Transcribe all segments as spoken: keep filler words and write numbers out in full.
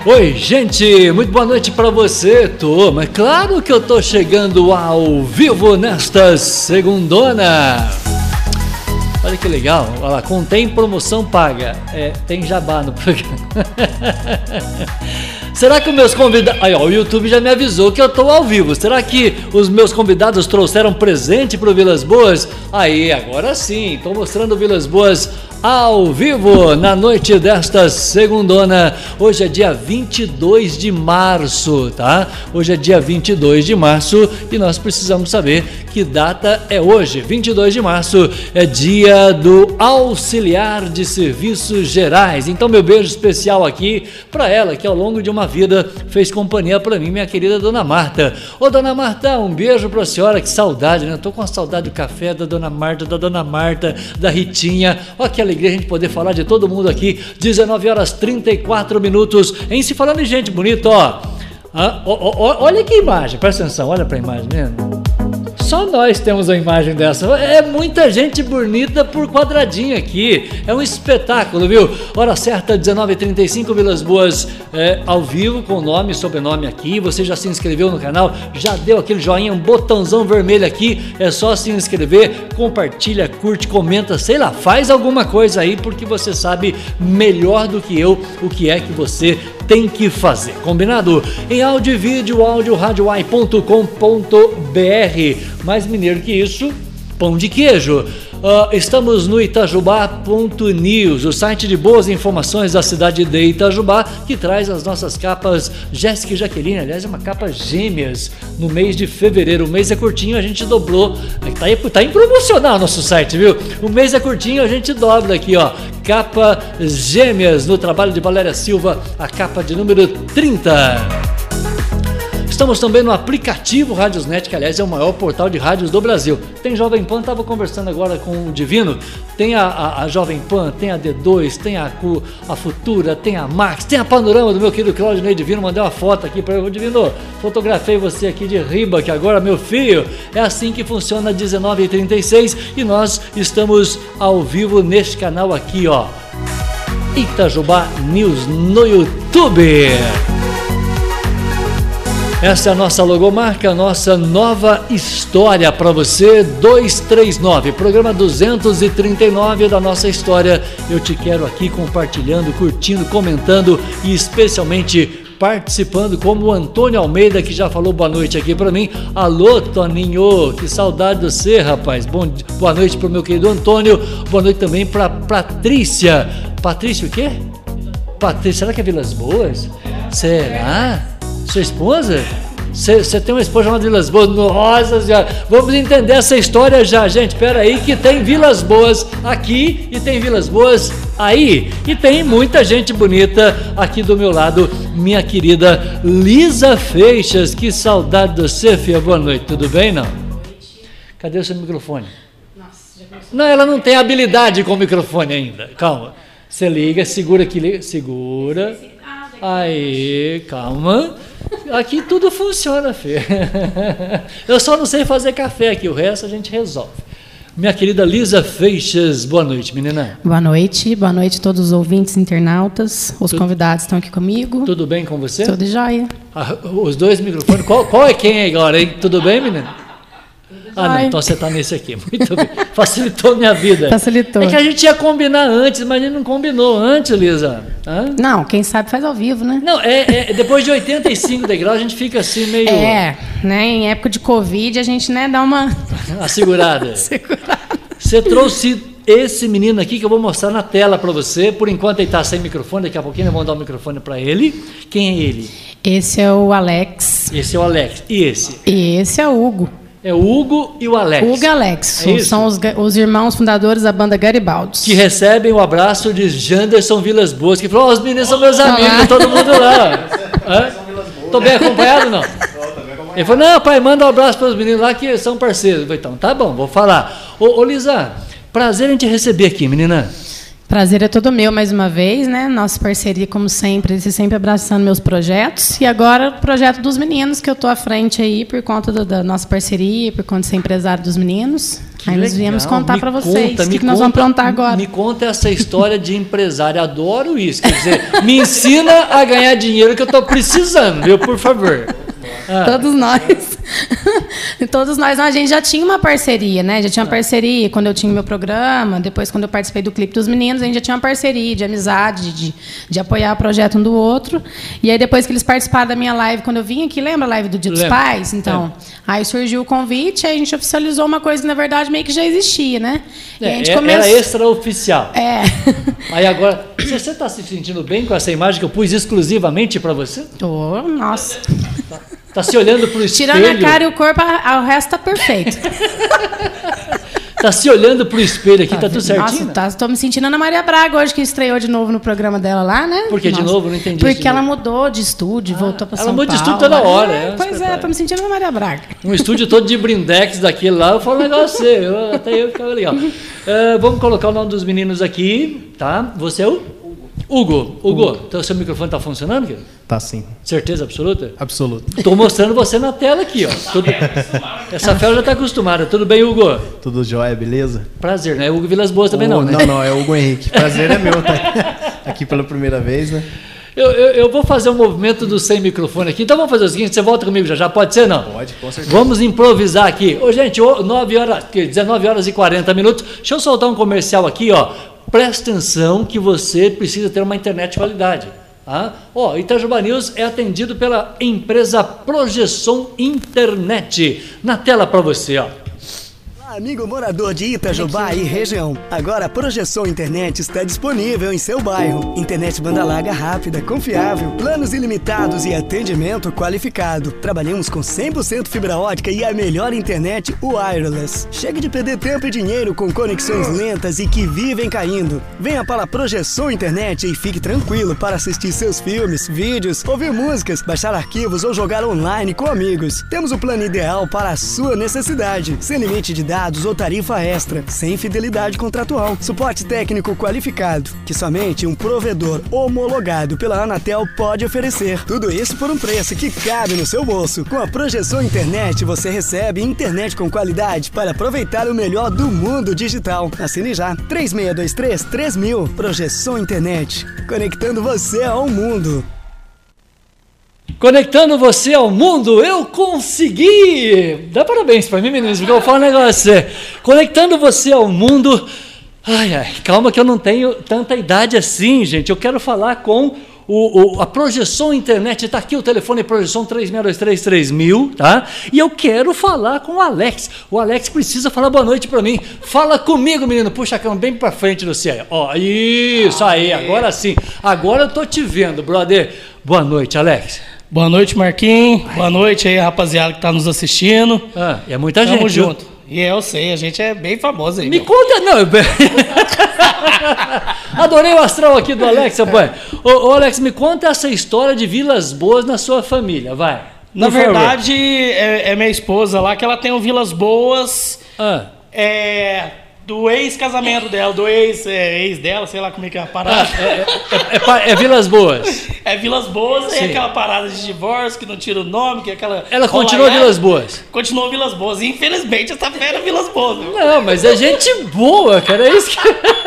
Oi, gente, muito boa noite para você, tô, mas claro que eu tô chegando ao vivo nesta segundona. Olha que legal, olha lá, contém promoção paga, é, tem jabá no programa. Será que os meus convidados... Aí, ó, o YouTube já me avisou que eu tô ao vivo. Será que os meus convidados trouxeram presente pro Vilas Boas? Aí, agora sim, tô mostrando o Vilas Boas ao vivo na noite desta segundona. Hoje é dia vinte e dois de março, tá? Hoje é dia vinte e dois de março e nós precisamos saber que data é hoje. vinte e dois de março é dia do auxiliar de serviços gerais. Então, meu beijo especial aqui para ela, que ao longo de uma vida fez companhia para mim, minha querida Dona Marta. Ô, Dona Marta, um beijo para a senhora, que saudade, né? Eu tô com a saudade do café da Dona Marta, da Dona Marta, da Ritinha. Ó, que alegria a gente poder falar de todo mundo aqui. dezenove horas e trinta e quatro minutos. Em se falando em gente bonita, ó. Ah, ó, ó, olha que imagem, presta atenção, olha para a imagem, né? Só nós temos uma imagem dessa. É muita gente bonita por quadradinho aqui. É um espetáculo, viu? Hora certa, dezenove e trinta e cinco, Vilas Boas é, ao vivo, com nome e sobrenome aqui. Você já se inscreveu no canal? Já deu aquele joinha, um botãozão vermelho aqui? É só se inscrever, compartilha, curte, comenta, sei lá, faz alguma coisa aí, porque você sabe melhor do que eu o que é que você tem que fazer. Combinado? Em áudio e vídeo, áudio rádio ai ponto com ponto br. Mais mineiro que isso, pão de queijo. Uh, estamos no itajubá ponto news, o site de boas informações da cidade de Itajubá, que traz as nossas capas Jéssica e Jaqueline. Aliás, é uma capa gêmeas no mês de fevereiro. O mês é curtinho, a gente dobrou. Tá, aí, tá em promocional nosso site, viu? O mês é curtinho, a gente dobra aqui, ó. Capa gêmeas no trabalho de Valéria Silva, a capa de número trinta. Estamos também no aplicativo Radiosnet, que aliás é o maior portal de rádios do Brasil. Tem Jovem Pan, estava conversando agora com o Divino, tem a, a, a Jovem Pan, tem a D dois, tem a, a Futura, tem a Max, tem a Panorama do meu querido Claudinei Divino. Mandei uma foto aqui para ele. Divino, fotografei você aqui de riba, que agora, meu filho, é assim que funciona, dezenove e trinta e seis, e nós estamos ao vivo neste canal aqui, ó, Itajubá News no YouTube. Essa é a nossa logomarca, a nossa nova história para você, duzentos e trinta e nove, programa duzentos e trinta e nove da nossa história. Eu te quero aqui compartilhando, curtindo, comentando e especialmente participando, como o Antônio Almeida, que já falou boa noite aqui para mim. Alô, Toninho, que saudade de você, rapaz. Bom, boa noite para o meu querido Antônio, boa noite também para Patrícia. Patrícia o quê? Patrícia, será que é Vilas Boas? Será? Sua esposa? Você tem uma esposa chamada Vilas Boas? Nossa senhora, vamos entender essa história já, gente. Espera aí que tem Vilas Boas aqui e tem Vilas Boas aí. E tem muita gente bonita aqui do meu lado. Minha querida Lisa Feixas, que saudade de você, filha. Boa noite, tudo bem, não? Cadê o seu microfone? Nossa, já começou. Não, ela não tem habilidade com o microfone ainda. Calma. Você liga, segura aqui, liga, segura. Aí, calma. Aqui tudo funciona, filho. Eu só não sei fazer café aqui, o resto a gente resolve. Minha querida Lisa Feixas, boa noite, menina. Boa noite, boa noite a todos os ouvintes, internautas. Os tudo, convidados estão aqui comigo. Tudo bem com você? Tudo jóia. Ah, os dois microfones, qual, qual é quem agora, hein? Tudo bem, menina? Ah, não, então você está nesse aqui. Muito bem. Facilitou minha vida. Facilitou. É que a gente ia combinar antes, mas a gente não combinou antes, Lisa. Hã? Não, quem sabe faz ao vivo, né? Não, é, é depois de oitenta e cinco degraus a gente fica assim meio... É, né? Em época de Covid a gente, né, dá uma... A segurada. segurada. Você trouxe esse menino aqui que eu vou mostrar na tela para você. Por enquanto ele está sem microfone, daqui a pouquinho nós vamos dar o microfone para ele. Quem é ele? Esse é o Alex. Esse é o Alex. E esse? E esse é o Hugo. É o Hugo e o Alex. Hugo e Alex. É são os, os irmãos fundadores da banda Garibaldi. Que recebem o abraço de Janderson Vilas Boas, que falou, oh, os meninos são meus amigos, lá. Todo mundo lá. Estou bem acompanhado, não? Ele falou, não, pai, manda um abraço para os meninos lá que são parceiros. Eu falei, então, tá bom, vou falar. Ô, ô Lisa, prazer em te receber aqui, menina. Prazer é todo meu, mais uma vez, né? Nossa parceria, como sempre, você sempre abraçando meus projetos. E agora o projeto dos meninos, que eu estou à frente aí por conta do, da nossa parceria, por conta de ser empresário dos meninos. Que aí legal. Nós viemos contar para vocês conta, o que, que conta, nós vamos aprontar agora. Me conta essa história de empresário, adoro isso. Quer dizer, me ensina a ganhar dinheiro que eu estou precisando, viu? Por favor. Ah. Todos nós. Todos nós. A gente já tinha uma parceria, né? Já tinha uma parceria quando eu tinha meu programa, depois quando eu participei do clipe dos meninos, a gente já tinha uma parceria de amizade, de, de apoiar o projeto um do outro. E aí depois que eles participaram da minha live, quando eu vim aqui, lembra a live do Dia dos Pais? Então, é. Aí surgiu o convite, aí a gente oficializou uma coisa que na verdade meio que já existia, né? É, e a gente começou... Era extraoficial. É. Aí agora, você está se sentindo bem com essa imagem que eu pus exclusivamente para você? Tô, nossa. Tá. Tá se olhando pro espelho. Tirando a cara e o corpo, o resto tá perfeito. Tá se olhando pro espelho aqui, tá, tá tudo certinho? Nossa, tá, tô me sentindo Ana Maria Braga hoje, que estreou de novo no programa dela lá, né? Por que de novo? Não entendi. Porque ela mudou de estúdio, ah, voltou pra São Paulo. Ela mudou de estúdio toda hora. É, é, pois é, tô me sentindo Ana Maria Braga. Um estúdio todo de brindex daquele lá, eu falo um negócio eu, até eu ficava legal. Uh, vamos colocar o nome dos meninos aqui, tá? Você é o... Hugo, Hugo, Hugo. Então, seu microfone está funcionando, querido? Tá sim. Certeza absoluta? Absoluta. Estou mostrando você na tela aqui, ó. Tudo... Essa fera já está acostumada. Tudo bem, Hugo? Tudo jóia, beleza? Prazer, não é Hugo Vilas Boas também o... não, né? Não, não, é Hugo Henrique. Prazer é meu estar aqui pela primeira vez, né? Eu, eu, eu vou fazer um movimento do sem microfone aqui, então vamos fazer o seguinte, você volta comigo já, já pode ser, não? Pode, com certeza. Vamos improvisar aqui. Ô, gente, nove horas, dezenove horas e quarenta minutos, deixa eu soltar um comercial aqui, ó. Presta atenção que você precisa ter uma internet de qualidade. Tá? Ó, Itajuba News é atendido pela empresa Projeção Internet. Na tela para você, ó. Amigo morador de Itajubá e região, agora a Projeção Internet está disponível em seu bairro. Internet banda larga rápida, confiável, planos ilimitados e atendimento qualificado. Trabalhamos com cem por cento fibra ótica e a melhor internet wireless. Chega de perder tempo e dinheiro com conexões lentas e que vivem caindo. Venha para a Projeção Internet e fique tranquilo para assistir seus filmes, vídeos, ouvir músicas, baixar arquivos ou jogar online com amigos. Temos o plano ideal para a sua necessidade, sem limite de dados ou tarifa extra, sem fidelidade contratual, suporte técnico qualificado, que somente um provedor homologado pela Anatel pode oferecer. Tudo isso por um preço que cabe no seu bolso. Com a Projeção Internet, você recebe internet com qualidade para aproveitar o melhor do mundo digital. Assine já. três seis dois três, três mil. Projeção Internet. Conectando você ao mundo. Conectando você ao mundo, eu consegui! Dá parabéns para mim, meninos, porque eu vou falar um negócio. Conectando você ao mundo... Ai, ai, calma que eu não tenho tanta idade assim, gente. Eu quero falar com o, o, a Projeção Internet. Está aqui o telefone Projeção três seis dois três, três mil, tá? E eu quero falar com o Alex. O Alex precisa falar boa noite para mim. Fala comigo, menino. Puxa a cama bem para frente do céu. Ó, isso aí, agora sim. Agora eu tô te vendo, brother. Boa noite, Alex. Boa noite, Marquinhos. Boa noite aí, rapaziada que está nos assistindo. Ah, é muita Tamo gente. Tamo junto. E eu sei, a gente é bem famoso aí. Me meu. conta, não. Eu... Adorei o astral aqui do Alex, rapaz. Ô, ô, Alex, me conta essa história de Vilas Boas na sua família, vai. Na verdade, é, é minha esposa lá, que ela tem um Vilas Boas. Ah. É... Do ex-casamento dela, do ex, é, ex dela, sei lá como é que é a parada. Ah, é, é, é, é Vilas Boas. É Vilas Boas, é aquela parada de divórcio que não tira o nome, que é aquela... Ela continua Vilas Boas. Continuou Vilas Boas. E infelizmente essa fera é Vilas Boas. Viu? Não, mas é gente boa, cara. É isso que...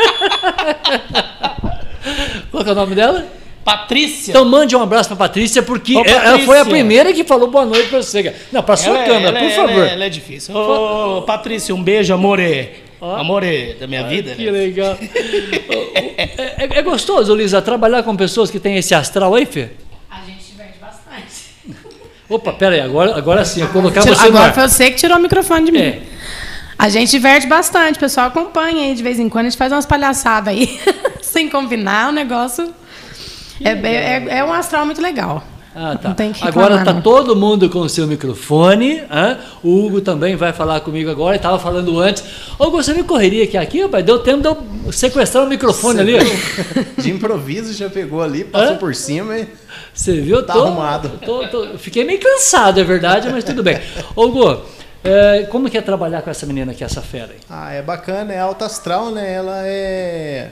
Qual que é o nome dela? Patrícia. Então mande um abraço pra Patrícia, porque Ô, ela Patrícia. foi a primeira que falou boa noite pra você. Não, pra sua ela câmera, é, por é, favor. Ela é, ela é difícil. Ô, Patrícia, um beijo, amore. Oh. Amore da minha Ai, vida. Que né? legal. é, é, é gostoso, Lisa, trabalhar com pessoas que têm esse astral aí, Fê? A gente diverte bastante. Opa, pera aí, agora, agora sim, eu colocar Tira, você no agora ar. foi você que tirou o microfone de mim. É. A gente diverte bastante, o pessoal acompanha aí de vez em quando, a gente faz umas palhaçadas aí, sem combinar, o negócio é, é, é um astral muito legal. Ah, tá. Não tem que reclamar, agora está não. todo mundo com o seu microfone. Hein? O Hugo também vai falar comigo agora, estava falando antes. Ô, Hugo, você me correria aqui, aqui, rapaz? Deu tempo de eu sequestrar o microfone Você ali. De improviso já pegou ali, passou Hã? por cima e... Você viu? Tá tô, arrumado. Tô, tô, fiquei meio cansado, é verdade, mas tudo bem. Ô, Hugo, é, como que é trabalhar com essa menina aqui, essa fera aí? Ah, é bacana, é alta astral, né? Ela é...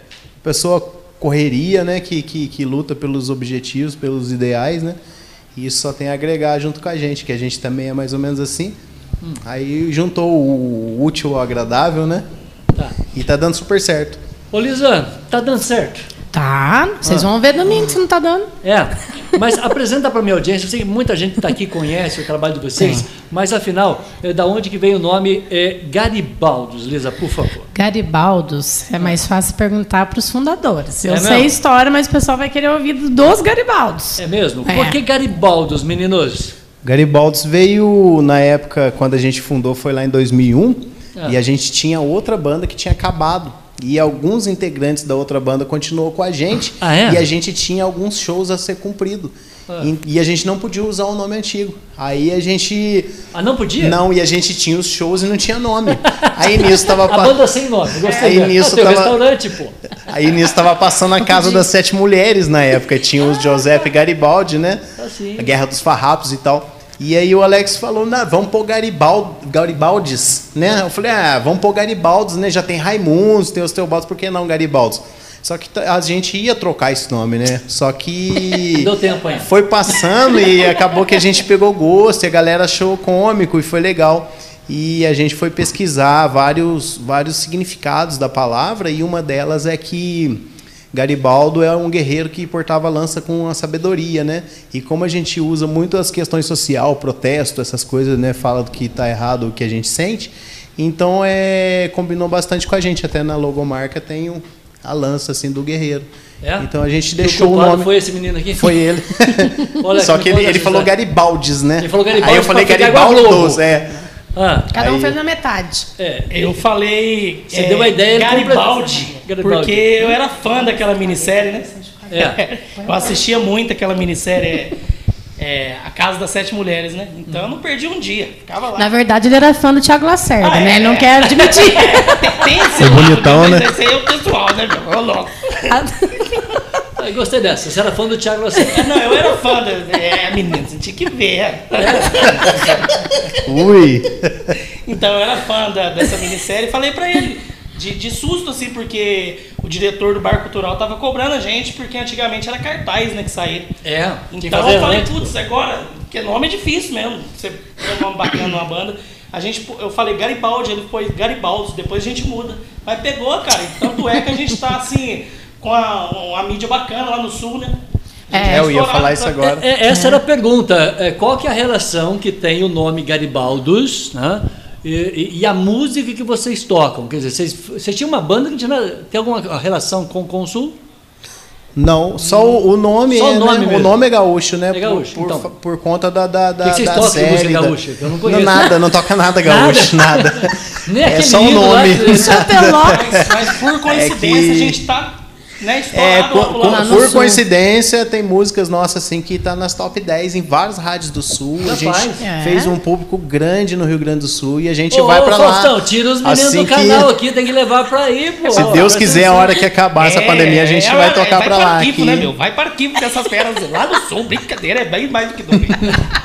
pessoa correria, né? Que, que, que luta pelos objetivos, pelos ideais, né? E isso só tem a agregar junto com a gente, que a gente também é mais ou menos assim. Hum. Aí juntou o útil ao agradável, né? Tá. E tá dando super certo. Ô, Lisane, tá dando certo? Tá, vocês ah. vão ver domingo se não tá dando. É, mas apresenta para minha audiência, eu sei que muita gente que está aqui conhece o trabalho de vocês, Sim. mas afinal, é da onde que vem o nome é, Garibaldos, Lisa, por favor. Garibaldos, é mais fácil perguntar para os fundadores. Eu é sei história, mas o pessoal vai querer ouvir dos Garibaldos. É mesmo? É. Por que Garibaldos, meninos? Garibaldos veio na época, quando a gente fundou, foi lá em dois mil e um, ah. e a gente tinha outra banda que tinha acabado. E alguns integrantes da outra banda continuou com a gente. Ah, é? E a gente tinha alguns shows a ser cumprido. Ah. E, e a gente não podia usar o nome antigo. Aí a gente... Ah, não podia? Não, e a gente tinha os shows e não tinha nome. Aí nisso tava... A banda sem nome, gostei. Aí nisso ah, tava... restaurante, pô. Aí nisso tava passando a Casa das Sete Mulheres na época. Tinha os Giuseppe Garibaldi, né? Ah, sim. A Guerra dos Farrapos e tal. E aí o Alex falou, nah, vamos pôr Garibaldi, Garibaldes, né? Eu falei, ah, vamos pôr Garibaldos, né? Já tem Raimundos, tem os Teobaldos, por que não Garibaldos? Só que a gente ia trocar esse nome, né? Só que... Deu tempo ainda. Foi passando e acabou que a gente pegou gosto, e a galera achou cômico e foi legal. E a gente foi pesquisar vários, vários significados da palavra, e uma delas é que Garibaldo é um guerreiro que portava lança com a sabedoria, né? E como a gente usa muito as questões social, protesto, essas coisas, né? Fala do que está errado, o que a gente sente. Então, é, combinou bastante com a gente. Até na logomarca tem um, a lança, assim, do guerreiro. É? Então, a gente deixou o nome... Foi esse menino aqui? Foi ele. Olha, Só que ele, ele falou Garibaldes, né? Ele falou Garibaldes. Aí eu falei Garibaldos, é. Ah, Cada um aí, fez na metade. É, eu falei. Você é, deu uma ideia. Garibaldi, Garibaldi. Porque eu era fã daquela minissérie, né? É. Eu assistia muito aquela minissérie. É, A Casa das Sete Mulheres, né? Então eu não perdi um dia. Ficava lá. Na verdade, ele era fã do Thiago Lacerda, ah, né? É, ele não quer admitir. É, tem esse é bonitão, né? Esse aí é o pessoal, né, meu? Ô, louco. Eu gostei dessa. Você era fã do Thiago Lacerda? Não, eu era fã. Do, é, menino, você tinha que ver. É. Ui. Então eu era fã da, dessa minissérie e falei pra ele, de, de susto, assim, porque o diretor do Bar Cultural tava cobrando a gente, porque antigamente era cartaz, né, que saía. É. Então eu falei, putz, agora, porque nome é difícil mesmo, você tem um nome bacana numa banda. A gente, eu falei Garibaldi, ele foi Garibaldos, depois a gente muda. Mas pegou, cara, tanto é que a gente tá, assim, com a, uma mídia bacana lá no Sul, né? É, eu ia falar isso agora. É, essa era a pergunta. É, qual que é a relação que tem o nome Garibaldos, né? E, e a música que vocês tocam? Quer dizer, vocês, vocês tinham uma banda que tinha, tem alguma relação com, com o Sul? Não, só o, o nome só é, o nome, né? O nome é gaúcho, né? É gaúcho, por, então. por, por conta da, da, da, que que da vocês série. Música gaúcha? Eu não conheço. Não, nada, não toca nada gaúcho, nada. nada. Nem é só o nome. Lá, mas, mas por coincidência é que... a gente tá... Né, é, por, por, por coincidência, tem músicas nossas assim que tá nas top dez em várias rádios do Sul. A gente é. fez um público grande no Rio Grande do Sul e a gente ô, vai ô, pra Faustão, lá. tira os meninos assim do canal que... aqui, tem que levar pra aí, pô. Se Deus quiser, a hora que acabar é, essa pandemia, a gente é, vai tocar vai pra lá. lá. Arquivo, aqui. Né, meu? Vai para arquivo dessas feras lá do Sul, brincadeira, é bem mais do que domingo.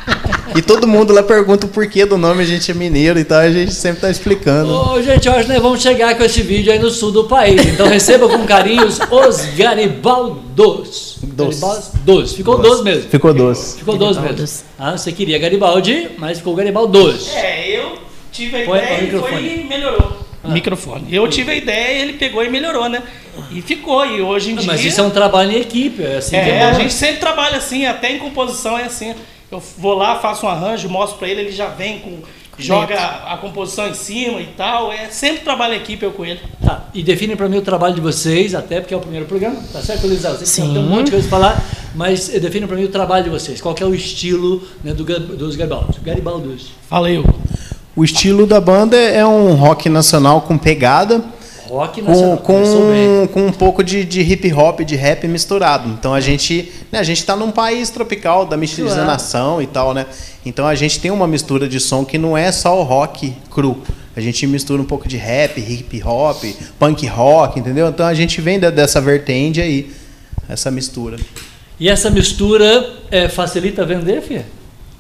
E todo mundo lá pergunta o porquê do nome, a gente é mineiro e tal, a gente sempre tá explicando. Ô, gente, eu acho que nós vamos chegar com esse vídeo aí no sul do país. Então receba com carinhos os Garibaldos. Doce. Garibaldos. Ficou doce. doce mesmo. Ficou doce. Ficou doce mesmo. Ah, você queria Garibaldi, mas ficou Garibaldos. É, eu tive a Põe ideia e foi e melhorou. Ah. Microfone. Eu tive a ideia, ele pegou e melhorou, né? E ficou. E hoje em ah, dia... Mas isso é um trabalho em equipe. É, assim é, que é a gente sempre trabalha assim, até em composição é assim. Eu vou lá, faço um arranjo, mostro pra ele, ele já vem com... joga a, a composição em cima e tal. É sempre trabalho em equipe, eu com ele. Tá, e define pra mim o trabalho de vocês, até porque é o primeiro programa, tá certo, Lisa? Você Sim. tem um monte de coisa pra falar, mas define pra mim o trabalho de vocês. Qual que é o estilo, né, do, dos Garibaldos? Garibaldos. Fala eu. O estilo da banda é um rock nacional com pegada. Rock nacional, com, com, com um pouco de, de hip hop, de rap misturado. Então a gente, né, a gente está num país tropical da miscigenação e tal, né? Então a gente tem uma mistura de som que não é só o rock cru. A gente mistura um pouco de rap, hip hop, punk rock, entendeu? Então a gente vem da, dessa vertente aí, essa mistura. E essa mistura é, facilita vender, filha?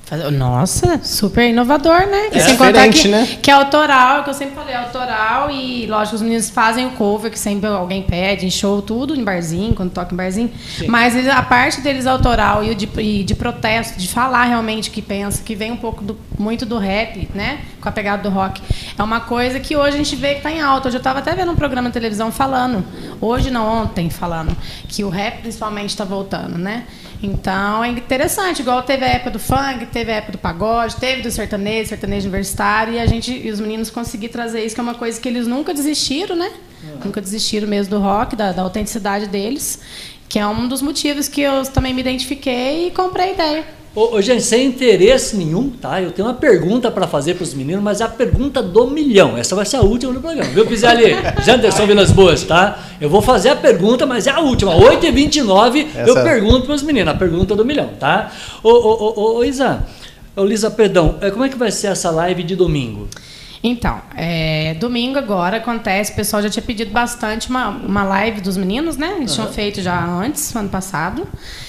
Nossa, super inovador, né? É sem contar que, né? que é autoral, que eu sempre falei, é autoral e, lógico, os meninos fazem o cover, que sempre alguém pede, em show, tudo, em barzinho, quando toca em barzinho. Sim. Mas a parte deles autoral e de, e de protesto, de falar realmente o que pensa, que vem um pouco do, muito do rap, né? Com a pegada do rock. É uma coisa que hoje a gente vê que está em alta. Hoje eu estava até vendo um programa de televisão falando, hoje não, ontem falando, que o rap principalmente está voltando, né? Então é interessante, igual teve a época do funk, teve a época do pagode, teve do sertanejo, sertanejo universitário, e a gente e os meninos conseguiram trazer isso, que é uma coisa que eles nunca desistiram, né? Uhum. Nunca desistiram mesmo do rock, da, da autenticidade deles, que é um dos motivos que eu também me identifiquei e comprei a ideia. Ô, ô, gente, sem interesse nenhum, tá? Eu tenho uma pergunta para fazer para os meninos, mas é a pergunta do milhão. Essa vai ser a última do programa, viu, Pizzelli? Janderson Vilas Boas, tá? Eu vou fazer a pergunta, mas é a última. oito e vinte e nove, Essa... eu pergunto para os meninos, a pergunta do milhão, tá? Ô, ô, ô, ô Isa, ô, Lisa, perdão, como é que vai ser essa live de domingo? Então, é, domingo agora acontece, o pessoal já tinha pedido bastante uma, uma live dos meninos, né? Eles uhum. tinham feito já antes, ano passado.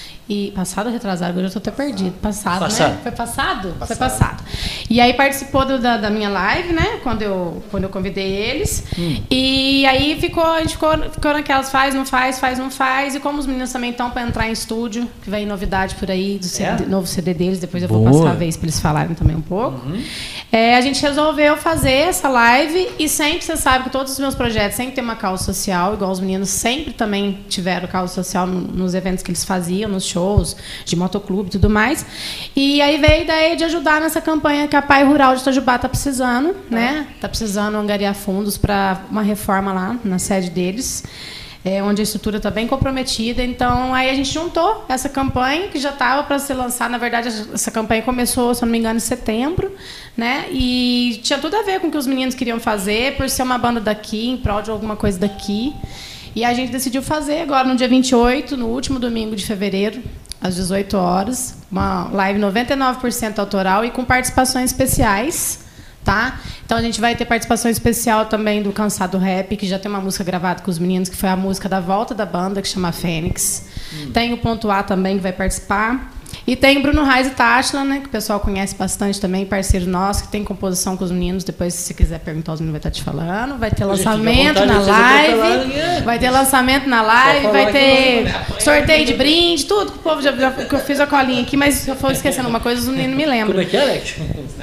E passado ou retrasado? Agora eu estou até perdido. Passado, passado, né? Foi passado? passado? Foi passado. E aí participou do, da, da minha live, né? Quando eu, quando eu convidei eles. Hum. E aí ficou, a gente ficou, ficou naquelas faz, não faz, faz, não faz. E como os meninos também estão para entrar em estúdio, que vem novidade por aí, do C D, é? novo C D deles, depois eu Boa. vou passar a vez para eles falarem também um pouco. Uhum. É, a gente resolveu fazer essa live e sempre, você sabe que todos os meus projetos sempre tem uma causa social, igual os meninos sempre também tiveram causa social nos eventos que eles faziam, nos shows. shows, de motoclube e tudo mais. E aí veio a ideia de ajudar nessa campanha que a Pai Rural de Itajubá está precisando, né? Está precisando angariar fundos para uma reforma lá na sede deles, é, onde a estrutura está bem comprometida. Então, aí a gente juntou essa campanha, que já estava para ser lançada. Na verdade, essa campanha começou, se eu não me engano, em setembro, né? E tinha tudo a ver com o que os meninos queriam fazer, por ser uma banda daqui, em prol de alguma coisa daqui. E a gente decidiu fazer agora no dia vinte e oito, no último domingo de fevereiro, às dezoito horas, uma live noventa e nove por cento autoral e com participações especiais, tá? Então a gente vai ter participação especial também do Cansado Rap, que já tem uma música gravada com os meninos, que foi a música da volta da banda, que chama Fênix. Hum. Tem o Ponto A também, que vai participar. E tem o Bruno Reis e Tátila, né, que o pessoal conhece bastante também, parceiro nosso, que tem composição com os meninos. Depois, se você quiser perguntar, os meninos vai estar te falando. Vai ter lançamento na live. Vai ter lançamento na live, vai ter sorteio de brinde, tudo que o povo já, já que eu fiz a colinha aqui, mas se eu for esquecendo uma coisa, os meninos me lembram. Como é que é, Alex?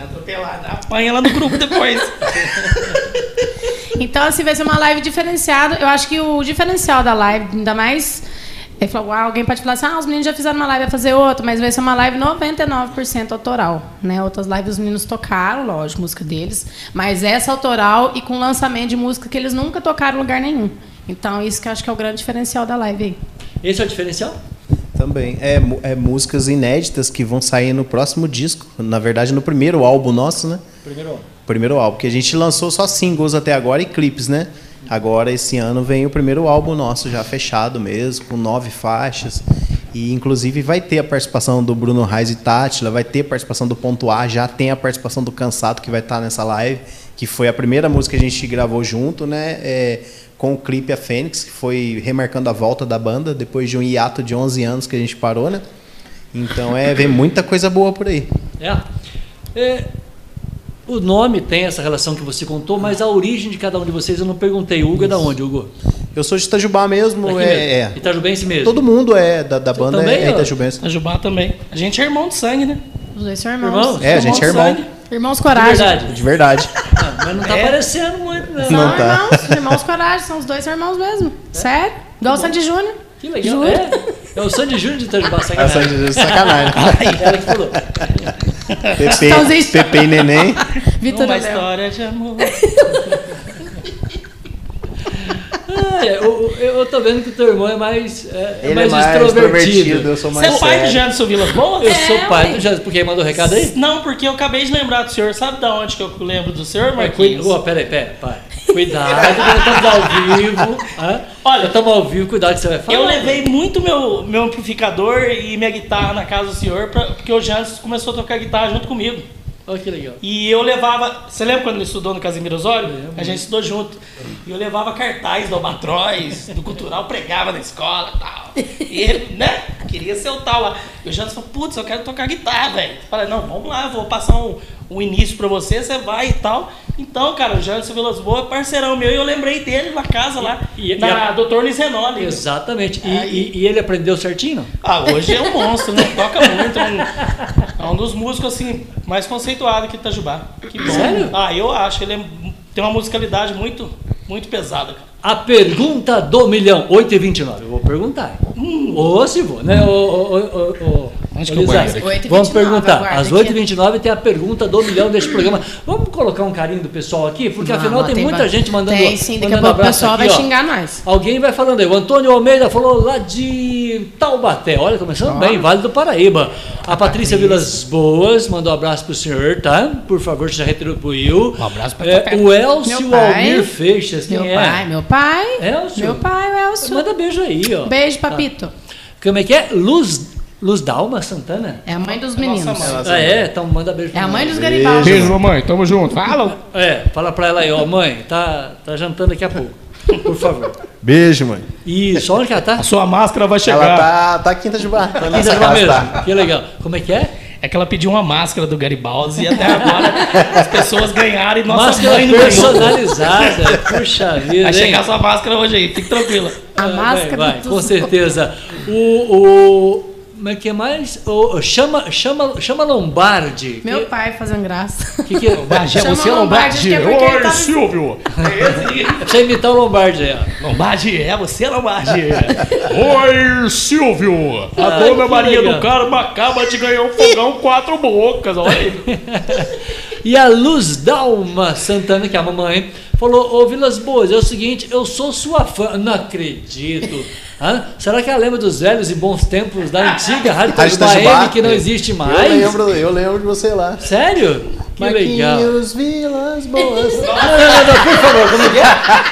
Apanha lá no grupo depois. Então, assim, vai ser uma live diferenciada. Eu acho que o diferencial da live, ainda mais... Ele falou, ah, alguém pode falar assim, ah, os meninos já fizeram uma live, vai fazer outra, mas vai ser uma live noventa e nove por cento autoral, né? Outras lives os meninos tocaram, lógico, música deles, mas essa autoral e com lançamento de música que eles nunca tocaram em lugar nenhum. Então, isso que eu acho que é o grande diferencial da live aí. Esse é o diferencial? Também. É, é músicas inéditas que vão sair no próximo disco. Na verdade, no primeiro álbum nosso, né? Primeiro álbum. Primeiro álbum, que a gente lançou só singles até agora e clipes, né? Agora, esse ano, vem o primeiro álbum nosso já fechado mesmo, com nove faixas. E, inclusive, vai ter a participação do Bruno Reis e Tátila, vai ter a participação do Ponto A, já tem a participação do Cansado, que vai estar nessa live, que foi a primeira música que a gente gravou junto, né? É, com o clipe A Fênix, que foi remarcando a volta da banda, depois de um hiato de onze anos que a gente parou, né? Então, é, vem muita coisa boa por aí. É. é... O nome tem essa relação que você contou, mas a origem de cada um de vocês eu não perguntei. O Hugo é da onde, Hugo? Eu sou de Itajubá mesmo. Daqui é, mesmo. é. Itajubense mesmo. Todo mundo é da, da banda, também, é itajubense. Itajubá também. A gente é irmão de sangue, né? Os dois são irmãos. Irmãos? É, a gente é irmão. Sangue. Irmãos Coragem. De verdade. De verdade. Ah, mas não tá É. parecendo muito, né? São Não tá. irmãos, irmãos Coragem, são os dois irmãos mesmo. Sério? Igual o Sandy Júnior. Que legal. Juro. É, é o Sandy Júnior de Itajubá, É sacanagem. Sandy, sacanagem. Ela que falou. Pepe, Pepe e Neném. Vitor Uma Léo. história de amor. Ah, é, eu, eu, eu tô vendo que o teu irmão é mais, é, Ele mais, é mais extrovertido. extrovertido, eu sou mais Você é pai do sério. Janderson Vilas Boas? Eu É, sou pai ué. do Janderson, porque mandou recado aí? Não, porque eu acabei de lembrar do senhor. Sabe de onde que eu lembro do senhor, Mas Marquinhos? cuida, oh, peraí, peraí, pai. Cuidado, nós estamos ao vivo. Hã? Olha, nós estamos ao vivo, cuidado que você vai falar. Eu levei muito meu, meu amplificador e minha guitarra na casa do senhor, pra, porque o Janderson começou a tocar guitarra junto comigo. Olha que legal. E eu levava... Você lembra quando ele estudou no Casimiro Osório? A gente estudou junto. E eu levava cartaz do Albatroz, do Cultural, pregava na escola e tal. E ele, né, queria ser o tal lá. E o Janderson falou, putz, eu quero tocar guitarra, velho. Falei, não, vamos lá, vou passar um, um início pra você, você vai e tal. Então, cara, o Janderson Vilas Boas é parceirão meu. E eu lembrei dele na casa lá, E- e- da e a- doutor Luiz Renoli. Exatamente. E, Aí- e- e ele aprendeu certinho? Ah, hoje é um monstro, né? Toca muito. É um, é um dos músicos, assim, mais conceituados aqui de Itajubá. Que bom. Sério? Ah, eu acho. Ele é- tem uma musicalidade muito, muito pesada, cara. A pergunta do milhão, oito e vinte e nove. Eu vou perguntar. Hum. Ô, se vou, né? Ô, ô, ô, ô, ô, Onde ô, que eu Lisa, guardo aqui? oito e vinte e nove, vamos perguntar. aguarda Às aqui. oito e vinte e nove tem a pergunta do milhão deste programa. Vamos colocar um carinho do pessoal aqui? Porque Vamos, afinal tem, tem muita ba- gente mandando Tem sim, daqui a mandando pouco o abraço pessoal aqui, vai ó. xingar nós. Alguém vai falando aí. O Antônio Almeida falou lá de Taubaté. Olha, começando bem, Vale do Paraíba. A Patrícia Vilas Boas mandou um abraço pro senhor, tá? Por favor, já retribuiu. Um abraço pra é, Taubaté. O Elcio Meu pai. Almir Feixas, quem Meu é? pai, meu pai. Elcio? Meu pai, o Elcio. Manda beijo aí, ó. Beijo, papito. Como é que é? Luz, Luz Dalma Santana? É a mãe dos É nossa meninos. mãe. Ah, é? Então manda beijo pra É a mãe nós. dos Garibaldi. Beijo, mamãe. Tamo junto. Fala. É, fala pra ela aí, ó, mãe, tá, tá jantando daqui a pouco. Por favor. Beijo, mãe. Isso, onde que ela tá? A sua máscara vai chegar. Ela tá, tá aqui em Itajubá. Tá Aqui nessa já casa, mesmo. tá? Que legal. Como é que é? É que ela pediu uma máscara do Garibaldi e até agora as pessoas ganharam e nossa Máscara mãe não ganhou. personalizada. Puxa vida, Vai hein? chegar sua máscara hoje aí, fique tranquila. A Vai, máscara vai, dos com certeza. O, o como é que é mais? O, chama, chama, chama Lombardi. Meu que, pai fazendo graça. que, que é? Lombardi, é Chama você, Lombardi, Lombardi? que é porque ele tá- Silvio. É pra você imitar o Lombardi aí, ó. Lombardi, é você, Lombardi. Oi, Silvio. A Ah, dona que Maria legal. do Carmo acaba de ganhar um fogão quatro bocas, olha aí. E a Luz Dalma Santana, que é a mamãe, falou: Ô Vilas Boas, é o seguinte, eu sou sua fã. Não acredito. Hã? Será que ela lembra dos velhos e bons tempos da antiga Rádio Rádio Itajubá Itajubá. M, que não existe mais? Eu lembro, eu lembro de você lá. Sério? Que legal. Marquinhos Vilas Boas. Não, não, não, por favor, como é que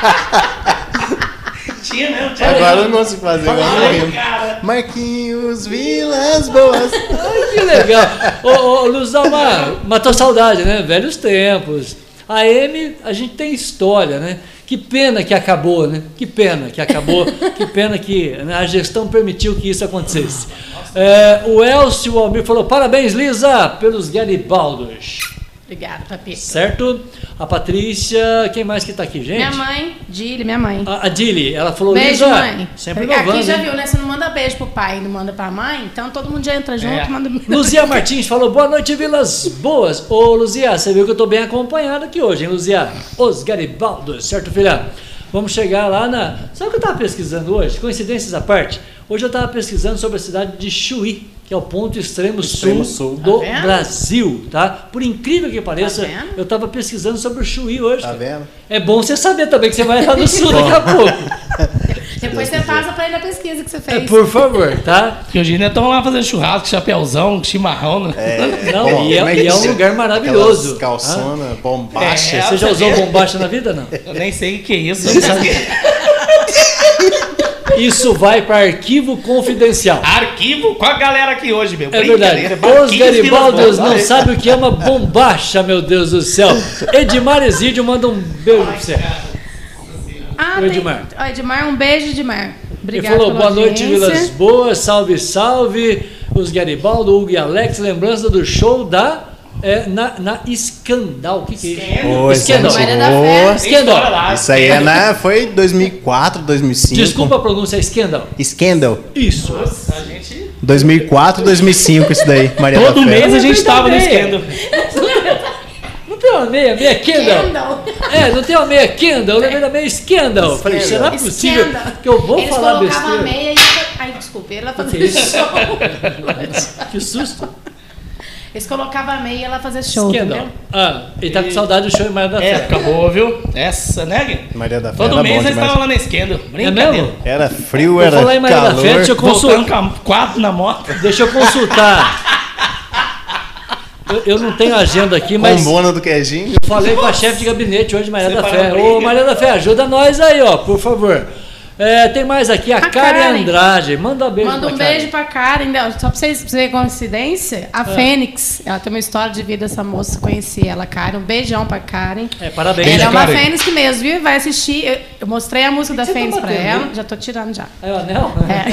é? Tinha mesmo, tinha Agora eu mesmo. não consigo fazer. agora eu Ai, lembro. cara. Marquinhos Vilas Boas. Ai, que legal. Ô, ô Luz Dalma, matou saudade, né? Velhos tempos. A M, a gente tem história, né? Que pena que acabou, né? Que pena que acabou. Que pena que né, a gestão permitiu que isso acontecesse. É, o Elcio Almir falou: parabéns, Lisa, pelos Garibaldos. Obrigada, papito. Certo? A Patrícia, quem mais que tá aqui, gente? Minha mãe, Dili, minha mãe. A, a Dili, ela falou: Beijo, Lisa, mãe. sempre Aqui inovando, já hein? viu, né? Você não manda beijo pro pai, não manda pra mãe, então todo mundo já entra junto, É. manda. Luzia Martins falou: boa noite, Vilas Boas. Ô, Luzia, você viu que eu tô bem acompanhado aqui hoje, hein, Luzia? Os Garibaldos, certo, filha? Vamos chegar lá na... Sabe o que eu tava pesquisando hoje? Coincidências à parte. Hoje eu tava pesquisando sobre a cidade de Chuí, que é o ponto extremo, Extremo sul, sul. do Tá vendo? Brasil, tá? Por incrível que pareça, Tá vendo? eu tava pesquisando sobre o Chuí hoje. Tá cara. vendo? É bom você saber também que você vai estar no sul daqui a pouco. Depois você passa pra ele a pesquisa que você É, fez. por favor, tá? Que hoje ainda estão lá fazendo churrasco, chapéuzão, chimarrão, né? É, Não, bom, e é- como e é um que- lugar maravilhoso. Aquelas calçona, bombacha. É, Você já usou bombacha na vida, não? Eu nem sei o que é isso. eu não sabia. Isso vai para arquivo confidencial. Arquivo com a galera aqui hoje, meu. É verdade. Brincadeira. Os Marquinhos Vilas Garibaldos Boas, não olha. sabem o que é uma bombacha, meu Deus do céu. Edmar Exídio manda um beijo pra você. Ah, O tem- Edmar. Ó, Edmar, um beijo, Edmar. Ele Obrigada falou: pela boa noite, audiência. Vilas Boas, salve, salve. Os Garibaldo, Hugo e Alex, lembrança do show da. É, na, na Escandal. O que, que é isso? Ô, Escandal. essa Maria da boa. Fé. Tem história Escandal. lá, Isso aí é na, foi dois mil e quatro, dois mil e cinco. Desculpa a pronúncia, é Scandal. Scandal. Isso. Nossa, a gente... dois mil e quatro, dois mil e cinco isso daí. Maria Todo da Fé. mês a gente Verdade, tava no é. esquendo. Não tem uma meia, meia Kendall? Kendall. É, não tem uma meia Kendall, eu lembrei da meia Scandal. Falei, será possível Scandal. que eu vou Eles falar colocavam a besteira? meia e... Ai, desculpa, ela Que fazia isso? show. Que susto. Eles colocavam a meia e ela fazia show, Scandal. entendeu? Ah, ele tá com saudade do show em Maria da É, Fé. acabou, viu? Essa, né, Gui? Maria da Fé Todo era mês bom nós demais. tava lá na esquendo. É Brincadeira. mesmo? Era frio, Vou era falar em Maria da calor. Fé, deixa eu Voltando consultar. com a quatro na moto. Deixa eu consultar. Eu, eu não tenho agenda aqui, mas Bombona do queijinho. falei com a chefe de gabinete hoje, Maria Você da vai Fé. na Ô, briga? Maria da Fé, ajuda nós aí, ó, por favor. É, tem mais aqui, a, A Karen, Karen. Andrade. Manda um beijo Manda um pra beijo Karen. pra Karen. Não, só pra vocês verem coincidência, a Fênix, ela tem uma história de vida, essa moça, conheci ela, Karen. Um beijão pra Karen. É, parabéns. Ela é uma Karen. Fênix mesmo, viu? Vai assistir. Eu, eu mostrei a música da você tá Fênix pra batendo, ela. hein? Já tô tirando já. É o anel? É.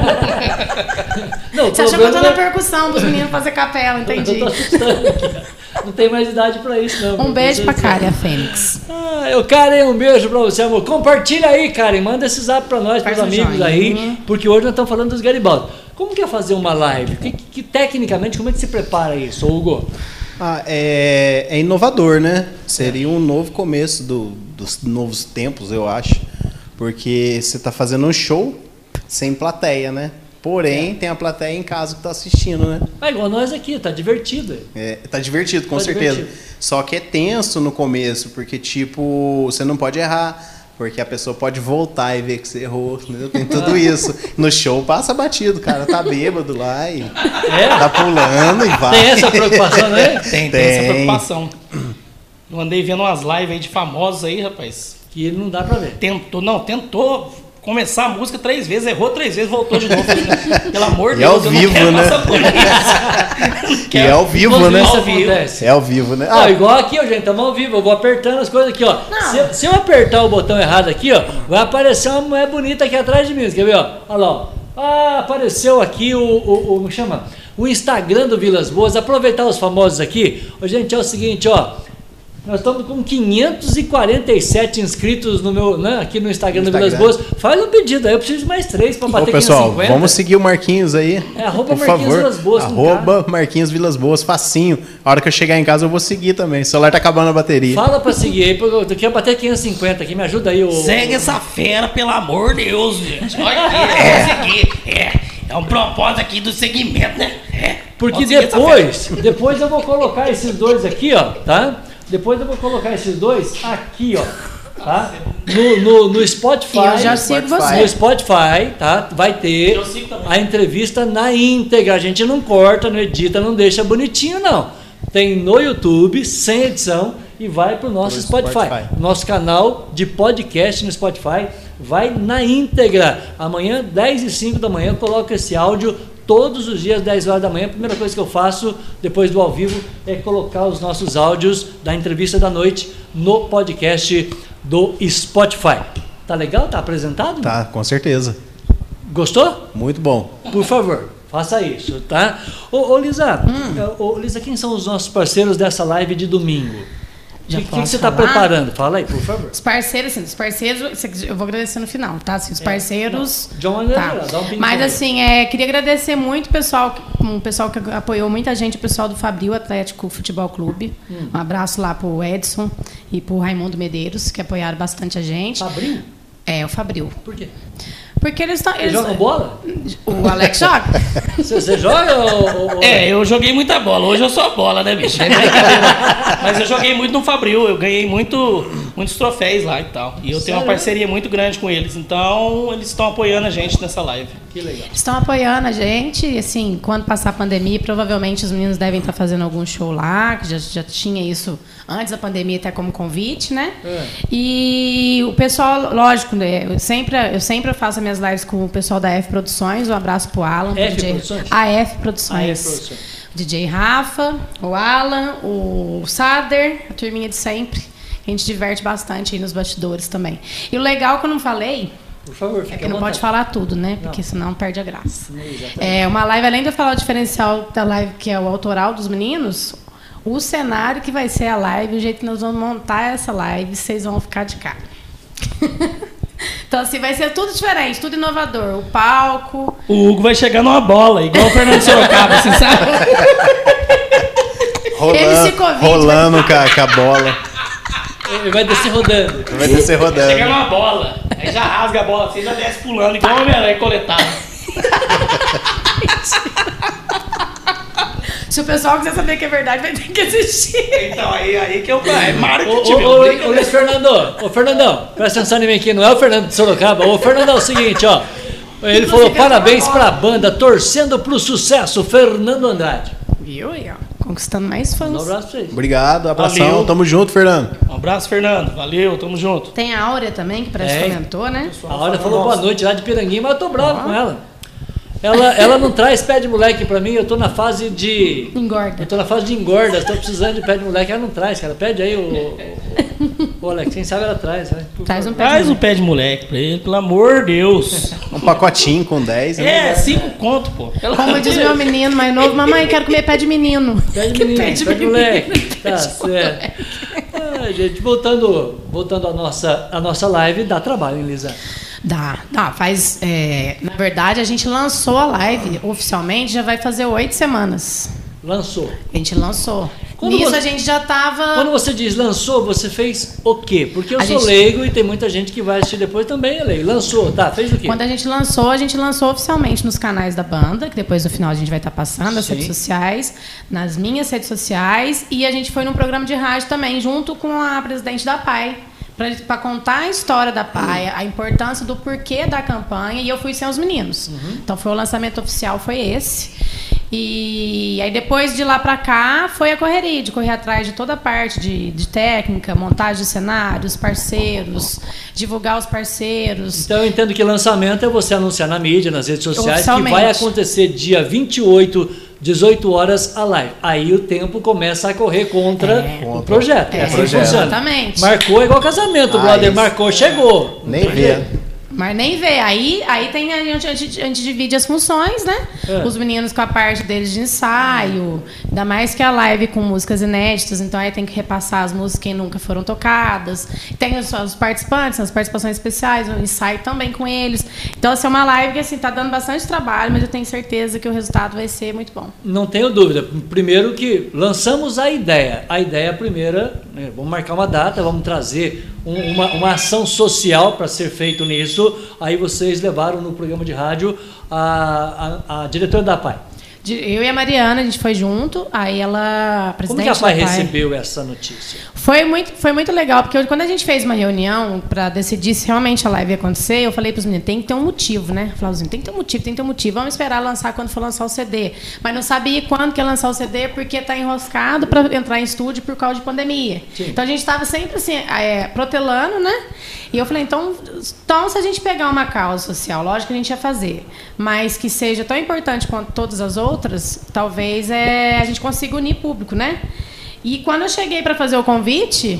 Não, o Você achou que eu tô problema na percussão dos meninos fazer capela, entendi. Eu tô assustando aqui. Não tem mais idade pra isso, não. Um beijo pra Karen. Karen, a Fênix. Ah, eu, Karen, um beijo pra você, amor. Compartilha aí, Karen. Manda esse zap pra nós, Faz pros um amigos joinha. aí, porque hoje nós estamos falando dos Garibaldi. Como que é fazer uma live? Que, que, que, tecnicamente, como é que se prepara isso, Hugo? Ah, é, é inovador, né? Seria um novo começo do, dos novos tempos, eu acho. Porque você está fazendo um show sem plateia, né? Porém, tem a plateia em casa que está assistindo, né? É igual nós aqui, tá divertido. É, tá divertido, com Tá certeza. divertido. Só que é tenso no começo, porque, tipo, você não pode errar. Porque a pessoa pode voltar e ver que você errou, entendeu? Tem tudo isso. No show passa batido, o cara tá bêbado lá e É? tá pulando e vai. Tem essa preocupação, né? Tem, tem, Tem. essa preocupação. Eu andei vendo umas lives aí de famosos aí, rapaz. Que não dá pra ver. Tentou, não, tentou começar a música três vezes, errou três vezes, voltou de novo. Falei, pelo amor de E é ao Deus, eu não vivo, quero né? passar por isso. E é ao vivo, Quando né? isso Ao vivo. acontece. É ao vivo, né? Ah, Ah, igual aqui, ó, gente, estamos ao vivo, eu vou apertando as coisas aqui, ó. Se, eu- se eu apertar o botão errado aqui, ó, vai aparecer uma mulher bonita aqui atrás de mim, quer ver, ó? Olha lá, ó. Ah, apareceu aqui o, o, o como chama? O Instagram do Vilas Boas, aproveitar os famosos aqui. Ô, gente, é o seguinte, ó. Nós estamos com quinhentos e quarenta e sete inscritos no meu, né, aqui no Instagram, No do Vilas Instagram. Boas. Faz um pedido aí, eu preciso de mais três para Ô, bater pessoal, quinhentos e cinquenta. vamos seguir o Marquinhos aí. É, arroba por Marquinhos favor. Vilas Boas, com Arroba Marquinhos Vilas Boas, facinho. A hora que eu chegar em casa eu vou seguir também. O celular tá acabando a bateria. Fala para seguir aí, porque eu quero bater quinhentos e cinquenta aqui, me ajuda aí. O, Segue essa fera, pelo amor de Deus, gente. Olha aqui, é. Seguir. É, é um propósito aqui do segmento, né? É. Porque Vamos seguir essa depois, depois eu vou colocar esses dois aqui, ó, tá? Depois eu vou colocar esses dois aqui, ó, tá? No, no, no Spotify. E eu já sigo Spotify. você. No Spotify, tá? Vai ter Eu sigo também. a entrevista na íntegra. A gente não corta, não edita, não deixa bonitinho, não. Tem no YouTube, sem edição, e vai pro nosso Pro Spotify. Spotify. Nosso canal de podcast no Spotify vai na íntegra. Amanhã, dez e cinco da manhã, eu coloco esse áudio todos os dias, dez horas da manhã. A primeira coisa que eu faço depois do ao vivo é colocar os nossos áudios da entrevista da noite no podcast do Spotify. Tá legal? Tá apresentado? Tá, com certeza. Gostou? Muito bom. Por favor, faça isso, tá? Ô, ô Lisa, ô, Lisa, quem são os nossos parceiros dessa live de domingo? O Já que, que, posso você está falar? preparando? Fala aí, por favor. Os parceiros, assim, os parceiros, eu vou agradecer no final, tá? Assim, os parceiros. Não, John, tá. dá um ping Mas pong. assim, é, queria agradecer muito o pessoal, o pessoal que apoiou muita gente, o pessoal do Fabril Atlético Futebol Clube. Hum. Um abraço lá pro Edson e pro Raimundo Medeiros, que apoiaram bastante a gente. Fabril? É, o Fabril. Por quê? Porque eles estão. Eles jogam bola? O Alex joga. Você, você joga ou, ou- É, eu joguei muita bola. Hoje eu sou a bola, né, bicho? É brincadeira. Mas eu joguei muito no Fabril. Eu ganhei muito, muitos troféus lá e tal. E eu tenho uma Sério? parceria muito grande com eles. Então, eles estão apoiando a gente nessa live. Que legal. Eles estão apoiando a gente, e assim, quando passar a pandemia, provavelmente os meninos devem estar fazendo algum show lá, que já, já tinha isso antes da pandemia até como convite, né? É. E o pessoal, lógico, né? Eu sempre, eu sempre faço as minhas lives com o pessoal da F Produções, um abraço pro Alan, pro F D J Produções? A F Produções. A F Produções. O D J Rafa, o Alan, o Sader, a turminha de sempre. A gente diverte bastante aí nos bastidores também. E o legal que eu não falei, Por favor, fique é que à não vontade. pode falar tudo, né? Porque Não. senão perde a graça. Exatamente. É uma live, além de eu falar o diferencial da live, que é o autoral dos meninos, o cenário que vai ser a live, o jeito que nós vamos montar essa live, vocês vão ficar de cara. Então, assim, vai ser tudo diferente, tudo inovador. O palco. O Hugo vai chegar numa bola, igual o Fernando Sorocaba, assim, sabe? Rolando, Covid, rolando com, a, com a bola. Ele vai descer rodando. Vai descer Chega rodando. numa bola, aí já rasga a bola, você já desce pulando, igual o Homem-Aranha coletado. Se o pessoal quiser saber que é verdade, vai ter que assistir. Então, aí, aí que eu... É Ô, marketing, ô, meu. ô, Brinca ô, Luiz Fernando, ô Fernandão, presta atenção em mim aqui, não é o Fernando de Sorocaba. Ô Fernandão, é o seguinte, ó. Ele falou parabéns pra banda, torcendo pro sucesso, Fernando Andrade. Viu aí, ó? conquistando mais fãs. Um abraço pra vocês. Obrigado, abração. Valeu. Tamo junto, Fernando. Um abraço, Fernando. Valeu, tamo junto. Tem a Áurea também, que parece que É. comentou, né? A Áurea falou boa noite lá de Piranguinho, mas eu tô bravo com ela. Ela, ela não traz pé de moleque pra mim, eu tô na fase de... Engorda. Eu tô na fase de engorda, tô precisando de pé de moleque, ela não traz, cara. Pede aí o... o, o Alex, quem sabe ela traz, né? Traz um pé Traz de um pé de moleque pra ele, pelo amor de Deus. Um pacotinho com dez. né? É, cinco conto, pô. Como diz meu menino mais novo, mamãe, quero comer pé de menino. Pé de menino, pé de, moleque. Tá certo. Ah, gente, voltando, voltando à nossa, à nossa live, dá trabalho, hein, Lisa? Dá, dá. Faz. é, na verdade, a gente lançou a live oficialmente, já vai fazer oito semanas. Lançou. A gente lançou. Quando Nisso você- a gente já tava. Quando você diz lançou, você fez o quê? Porque eu A sou gente- leigo e tem muita gente que vai assistir depois também é leigo. Lançou, tá? Fez o quê? Quando a gente lançou, a gente lançou oficialmente nos canais da banda, que depois no final a gente vai estar passando, nas Sim. redes sociais, nas minhas redes sociais, e a gente foi num programa de rádio também, junto com a presidente da P A I, para contar a história da P A I, a importância do porquê da campanha, e eu fui sem os meninos. Então foi o lançamento oficial, foi esse. E aí depois de lá para cá foi a correria, de correr atrás de toda a parte de, de técnica, montagem de cenários, parceiros, divulgar os parceiros. Então eu entendo que lançamento é você anunciar na mídia, nas redes sociais, que Oficialmente. vai acontecer dia vinte e oito, dezoito horas a live. Aí o tempo começa a correr contra É. o projeto. É, É, assim que projeto. funciona. Exatamente. Marcou é igual casamento, o Ah, brother isso. marcou, chegou. Nem vê. Mas nem vê. Aí, aí tem a gente, a gente, a gente divide as funções, né? É. Os meninos com a parte deles de ensaio, ainda mais que a live com músicas inéditas, então aí tem que repassar as músicas que nunca foram tocadas. Tem os, os participantes, as participações especiais, o ensaio também com eles. Então, assim, é uma live que assim, tá dando bastante trabalho, mas eu tenho certeza que o resultado vai ser muito bom. Não tenho dúvida. Primeiro que lançamos a ideia. A ideia primeira, né, vamos marcar uma data, vamos trazer um- uma, uma ação social para ser feito nisso. Aí vocês levaram no programa de rádio a, a, a diretora da P A I. De- Eu e a Mariana, a gente foi junto, aí ela, a Como presidente que a P A I da P A I, recebeu essa notícia? Foi muito, foi muito legal, porque eu- quando a gente fez uma reunião para decidir se realmente a live ia acontecer, eu falei para os meninos, tem que ter um motivo, né? Flauzinho, tem que ter um motivo, tem que ter um motivo. Vamos esperar lançar quando for lançar o C D. Mas não sabia quando que ia lançar o C D, porque está enroscado para entrar em estúdio por causa de pandemia. Sim. Então a gente estava sempre assim, é, protelando, né? E eu falei, então, então, se a gente pegar uma causa social, lógico que a gente ia fazer, mas que seja tão importante quanto todas as outras, talvez é, a gente consiga unir público, né? E quando eu cheguei para fazer o convite,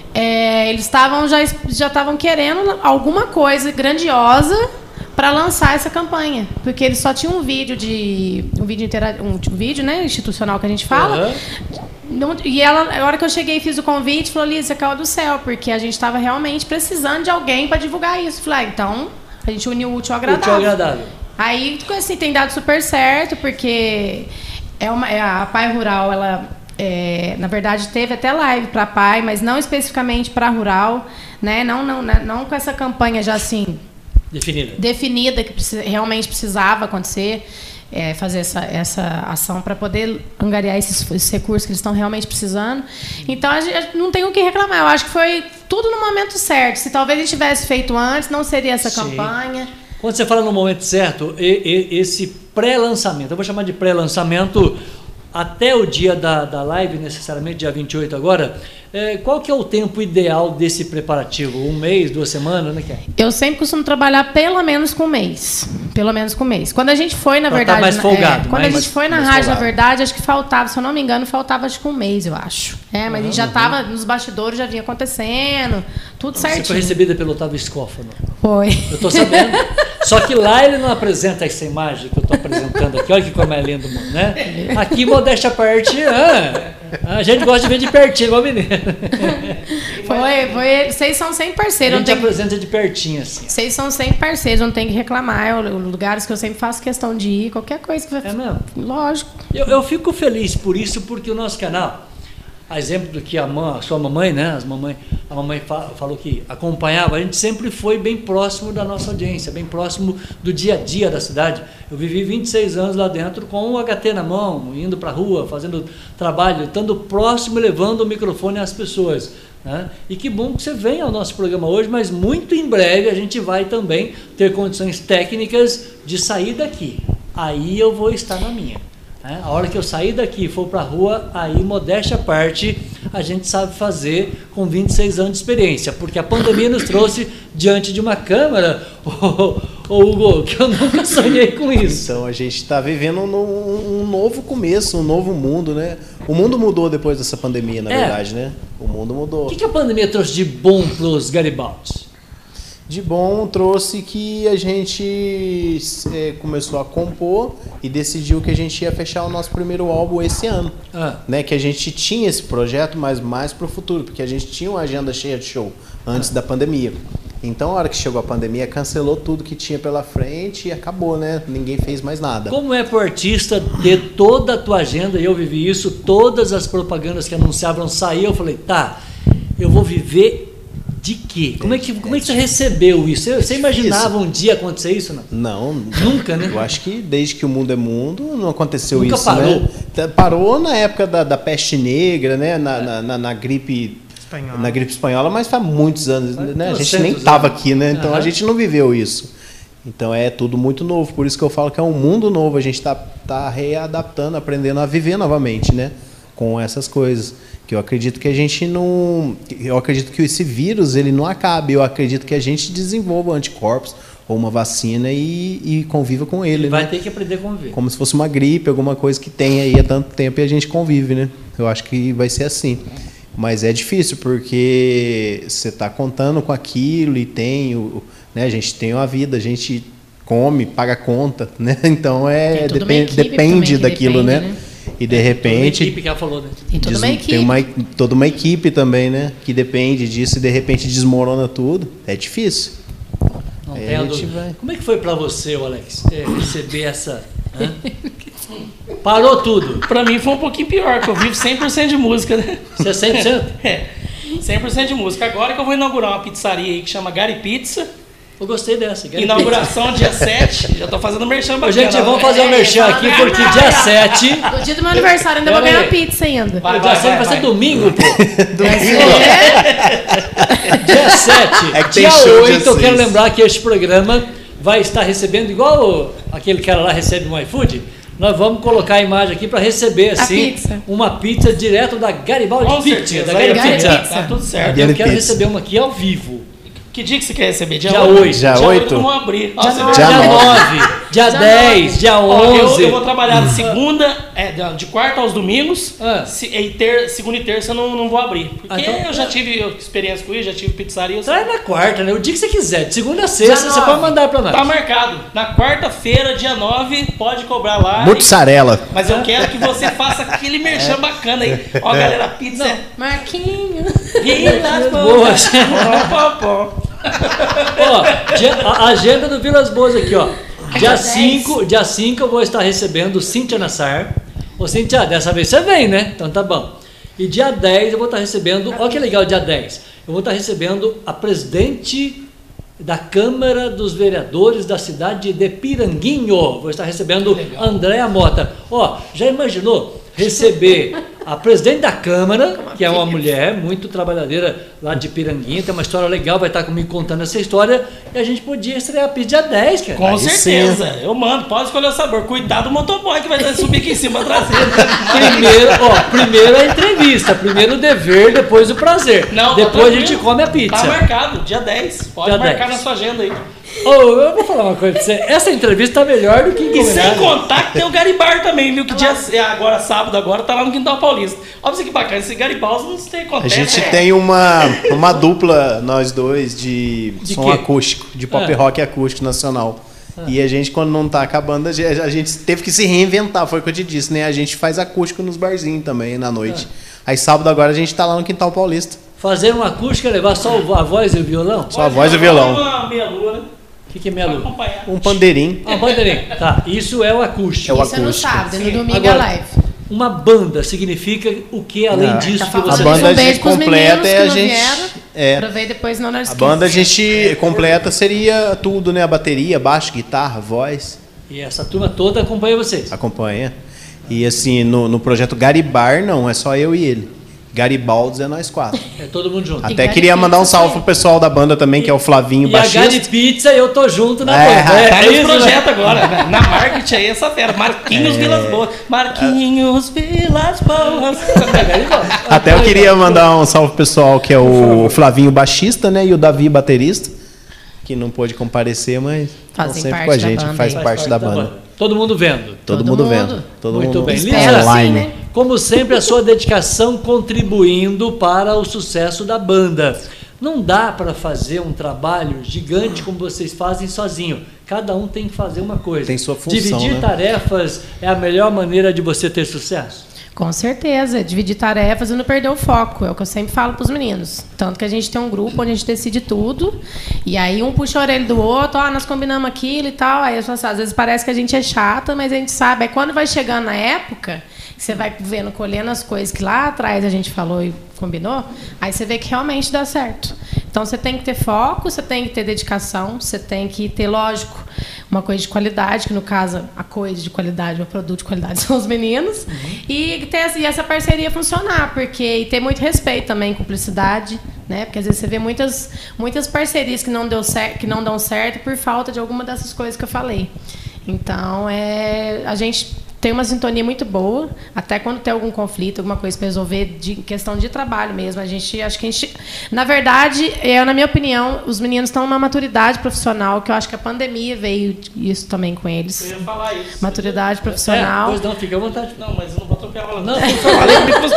é, eles estavam já já estavam querendo alguma coisa grandiosa para lançar essa campanha, porque eles só tinham um vídeo de um vídeo intera um, um vídeo, né, institucional que a gente fala. Aham. Não- e ela, a hora que eu cheguei e fiz o convite, falou, Lisa, caiu do céu, porque a gente estava realmente precisando de alguém para divulgar isso. Falei, ah, então a gente uniu o útil ao agradável. Útil ao agradável. Aí, assim, tem dado super certo, porque é uma, é a P A I Rural, ela, é, na verdade, teve até live para a P A I, mas não especificamente para a Rural, né? Não, não, né? Não com essa campanha já assim Definida. definida que precisa- realmente precisava acontecer, é, fazer essa, essa ação para poder angariar esses, esses recursos que eles estão realmente precisando. Então, a gente não tem o que reclamar. Eu acho que foi tudo no momento certo. Se talvez a gente tivesse feito antes, não seria essa Sim. campanha. Quando você fala no momento certo, e- e- esse pré-lançamento, eu vou chamar de pré-lançamento até o dia da, da live, necessariamente dia vinte e oito agora, é, qual que é o tempo ideal desse preparativo? Um mês, duas semanas, né, que é? Eu sempre costumo trabalhar pelo menos com um mês. Pelo menos com um mês. Quando a gente foi, na Pra verdade. tá mais na- folgado, é, quando mais- a gente foi na mais rádio, na folgado. verdade, acho que faltava, se eu não me engano, faltava acho que um mês, eu acho. É, mas a gente já estava nos bastidores, já vinha acontecendo, tudo Você foi certinho. recebida pelo Otávio Escófano. Foi. Eu tô sabendo. Só que lá ele não apresenta essa imagem que eu tô apresentando aqui. Olha que como é lindo, mano, né? Aqui, modéstia à parte, ah, a gente gosta de ver de pertinho, igual menino. Foi, foi. Vocês são sempre A parceiros, não gente tem. apresenta de pertinho, assim. Vocês são sempre parceiros, não tem que reclamar. É o- lugares que eu sempre faço questão de ir, qualquer coisa que vai. É mesmo? Lógico. Eu, eu fico feliz por isso, porque o nosso canal, a exemplo do que a, mãe, a sua mamãe, né? As mamãe, a mamãe fa- falou que acompanhava, a gente sempre foi bem próximo da nossa audiência, bem próximo do dia a dia da cidade. Eu vivi vinte e seis anos lá dentro com o H T na mão, indo para a rua, fazendo trabalho, estando próximo e levando o microfone às pessoas. Né? E que bom que você venha ao nosso programa hoje, mas muito em breve a gente vai também ter condições técnicas de sair daqui. Aí eu vou estar na minha. né? A hora que eu sair daqui e for pra rua, aí, modéstia à parte, a gente sabe fazer com vinte e seis anos de experiência, porque a pandemia nos trouxe diante de uma câmera, ô, ô Hugo, que eu nunca sonhei com isso. Então a gente está vivendo um, um novo começo, um novo mundo, né? O mundo mudou depois dessa pandemia, na É. verdade, né? O mundo mudou. O que, que a pandemia trouxe de bom pros Garibaldi? De bom trouxe que a gente é, começou a compor e decidiu que a gente ia fechar o nosso primeiro álbum esse ano. Ah. Né? Que a gente tinha esse projeto, mas mais para o futuro, porque a gente tinha uma agenda cheia de show antes da pandemia. Então, a hora que chegou a pandemia, cancelou tudo que tinha pela frente e acabou, né? Ninguém fez mais nada. Como é pro artista ter toda a tua agenda, e eu vivi isso, todas as propagandas que anunciavam saíam, eu falei, tá, eu vou viver de quê? Como é que, como é que você recebeu isso? Você, você imaginava um dia acontecer isso? Não? Não. Nunca, né? Eu acho que desde que o mundo é mundo, não aconteceu Nunca isso, parou. né? Tá- Parou na época da, da peste negra, né? Na, na, na, na gripe Espanhola. na gripe espanhola, mas faz muitos anos, Faz né? A gente trocentos nem estava anos. aqui, né? Então Aham. a gente não viveu isso. Então é tudo muito novo, por isso que eu falo que é um mundo novo, a gente está tá readaptando, aprendendo a viver novamente, né? Com essas coisas. Que eu acredito que a gente não. Eu acredito que esse vírus ele não acabe. Eu acredito que a gente desenvolva anticorpos ou uma vacina e, e conviva com ele. Vai né? ter que aprender a conviver. Como se fosse uma gripe, alguma coisa que tem aí há tanto tempo e a gente convive, né? Eu acho que vai ser assim. Mas é difícil, porque você está contando com aquilo e tem. O, né? A gente tem uma vida, a gente come, paga conta, né? Então é. Tem toda uma Depende, equipe depende também que daquilo, depende, né? né? E de Toda a repente. equipe que ela falou, né? Tem toda uma Des- equipe. Tem uma, toda uma equipe também, né? Que depende disso e de repente desmorona tudo. É difícil. Não Aí tem a a gente dúvida. vai. Como é que foi pra você, ô Alex, é, receber essa... hã? Parou tudo. Pra mim foi um pouquinho pior, que eu vivo cem por cento de música, né? Você é cem por cento? É, cem por cento de música. Agora que eu vou inaugurar uma pizzaria aí que chama Gari Pizza. Eu gostei dessa. Gary Inauguração dia sete. Já tô fazendo merchan Ô, bacana. gente, vamos fazer um É, merchan fala aqui, a porque verdade. dia sete... No dia do meu aniversário ainda vou Pera ganhar aí. pizza ainda. Vai, o dia vai, sete vai, vai ser vai. domingo, pô. É? Dia sete. É que tem dia show dia oito, eu quero seis. lembrar que este programa vai estar recebendo, igual o- aquele cara lá recebe no iFood, nós vamos colocar a imagem aqui para receber, assim, pizza. uma pizza direto da Garibaldi Com Pizza. certeza. Da Gary Gari Pizza. Pizza. Tá tudo certo. Eu Gary quero Pizza. receber uma aqui ao vivo. Que dia que você quer receber? Dia, Dia oito. oito. Dia oito oito? não vou abrir. Ó, Dia você nove. vê- Dia Dia nove, dia Dia dez, nove. dia Ó, eu, onze. eu vou trabalhar de segunda, é, de- de quarta aos domingos, Ah. se- e ter, segunda e terça eu não, não vou abrir. Porque Ah, então- eu já tive experiência com isso, já tive pizzaria. eu Traz na quarta, né? O dia que você quiser. De segunda a sexta, Dia você nove. pode mandar para nós. Tá marcado. Na quarta-feira, dia nove, pode cobrar lá. Mussarela. Mas eu quero que você faça aquele merchan bacana aí. Ó, galera, pizza é Marquinho. Vilas Boa. Boas. Pó, pó, pó. Ó, dia- a agenda do Vilas Boas aqui, ó. Dia Dia cinco, dia cinco eu vou estar recebendo Cíntia Nassar. Ô Cíntia, dessa vez você vem, né? Então tá bom. E dia dez eu vou estar recebendo, ó que legal, dia dez. Eu vou estar recebendo a presidente da Câmara dos Vereadores da cidade de Piranguinho. Vou estar recebendo Andréa Mota. Ó, já imaginou receber a presidente da Câmara, que é uma mulher muito trabalhadeira lá de Piranguinho, tem uma história legal, vai estar comigo contando essa história, e a gente podia estrear a pizza dia dez, cara. Com Aí certeza. Eu mando, pode escolher o sabor. Cuidado do motoboy que vai subir aqui em cima da traseira. Primeiro, ó, primeiro a entrevista, primeiro o dever, depois o prazer. Não, tá depois a tranquilo. gente come a pizza. Tá marcado, dia dez. Pode Dia marcar dez. na sua agenda aí. Ô, eu vou falar uma coisa pra você. Essa entrevista tá melhor do que E sem combinado. contar que tem o Garibar também, viu? Que dia, é, agora, sábado, agora, tá lá no Quintal Paulista. Olha você que bacana, esse Garibaldi não tem A acontece. gente é. tem uma, uma dupla, nós dois, de, De som quê? acústico, de pop Ah. rock acústico nacional. E a gente, quando não tá acabando, a gente, a gente teve que se reinventar, foi o que eu te disse, né? A gente faz acústico nos barzinhos também, na noite. Aí sábado agora a gente tá lá no Quintal Paulista. Fazer uma acústica é levar só o- a voz e o violão? Só a voz e o violão. Uma meia lua, né? O que, que é minha Pra lua? acompanhar. Um pandeirinho. Ah, bandeirinha. Tá, isso é o acústico. É o Isso é no acústico. sábado, no Sim. domingo Agora, é live. Uma banda significa o que além Ah, disso Tá que falando A você... banda um beijo pros completa meninos é que a não gente- vieram. é. Pra ver depois não nós A banda a gente completa seria tudo, né? A bateria, baixo, guitarra, voz. E essa turma toda acompanha vocês. Acompanha. E assim, no, no projeto Garibar, não, é só eu e ele. Garibaldos é nós quatro. É todo mundo junto. Até Gari queria mandar um Pizza salve também. pro pessoal da banda também, que é o Flavinho, E a baixista. Gari Pizza, eu tô junto na É, banda. Tá É nos isso, projetos né? agora, né? Na marketing aí, essa fera. Marquinhos Vilas Boas. Marquinhos Vilas Boas. Até eu queria mandar um salve pro pessoal, que é o Flavinho, baixista, né? E o Davi, baterista, que não pôde comparecer, mas estão Fazem sempre parte com a da gente, banda faz aí. parte da banda. Todo mundo vendo. Todo, Todo mundo mundo. vendo. Todo Muito mundo bem. Espera Lisa, assim, né? como sempre, a sua dedicação contribuindo para o sucesso da banda. Não dá para fazer um trabalho gigante como vocês fazem sozinho. Cada um tem que fazer uma coisa. Tem sua função, Dividir né? tarefas é a melhor maneira de você ter sucesso. Com certeza, dividir tarefas e não perder o foco, é o que eu sempre falo para os meninos. Tanto que a gente tem um grupo onde a gente decide tudo, e aí um puxa a orelha do outro, ó, nós combinamos aquilo e tal, aí às vezes parece que a gente é chata, mas a gente sabe, é quando vai chegando na época, que você vai vendo, colhendo as coisas que lá atrás a gente falou e combinou, aí você vê que realmente dá certo. Então você tem que ter foco, você tem que ter dedicação, você tem que ter, lógico, uma coisa de qualidade, que no caso a coisa de qualidade, o produto de qualidade são os meninos, uhum. e ter e essa parceria funcionar, porque e ter muito respeito também, cumplicidade, né? Porque às vezes você vê muitas muitas parcerias que não deu certo, que não dão certo por falta de alguma dessas coisas que eu falei. Então, é, a gente tem uma sintonia muito boa, até quando tem algum conflito, alguma coisa para resolver, de questão de trabalho mesmo. A gente, acho que a gente, na verdade, eu, na minha opinião, os meninos estão numa maturidade profissional, que eu acho que a pandemia veio isso também com eles. Eu ia falar isso. Maturidade profissional. É, pois não, fica à vontade. Não, mas eu não vou atropelar ela. Não, Eu falei comigo pra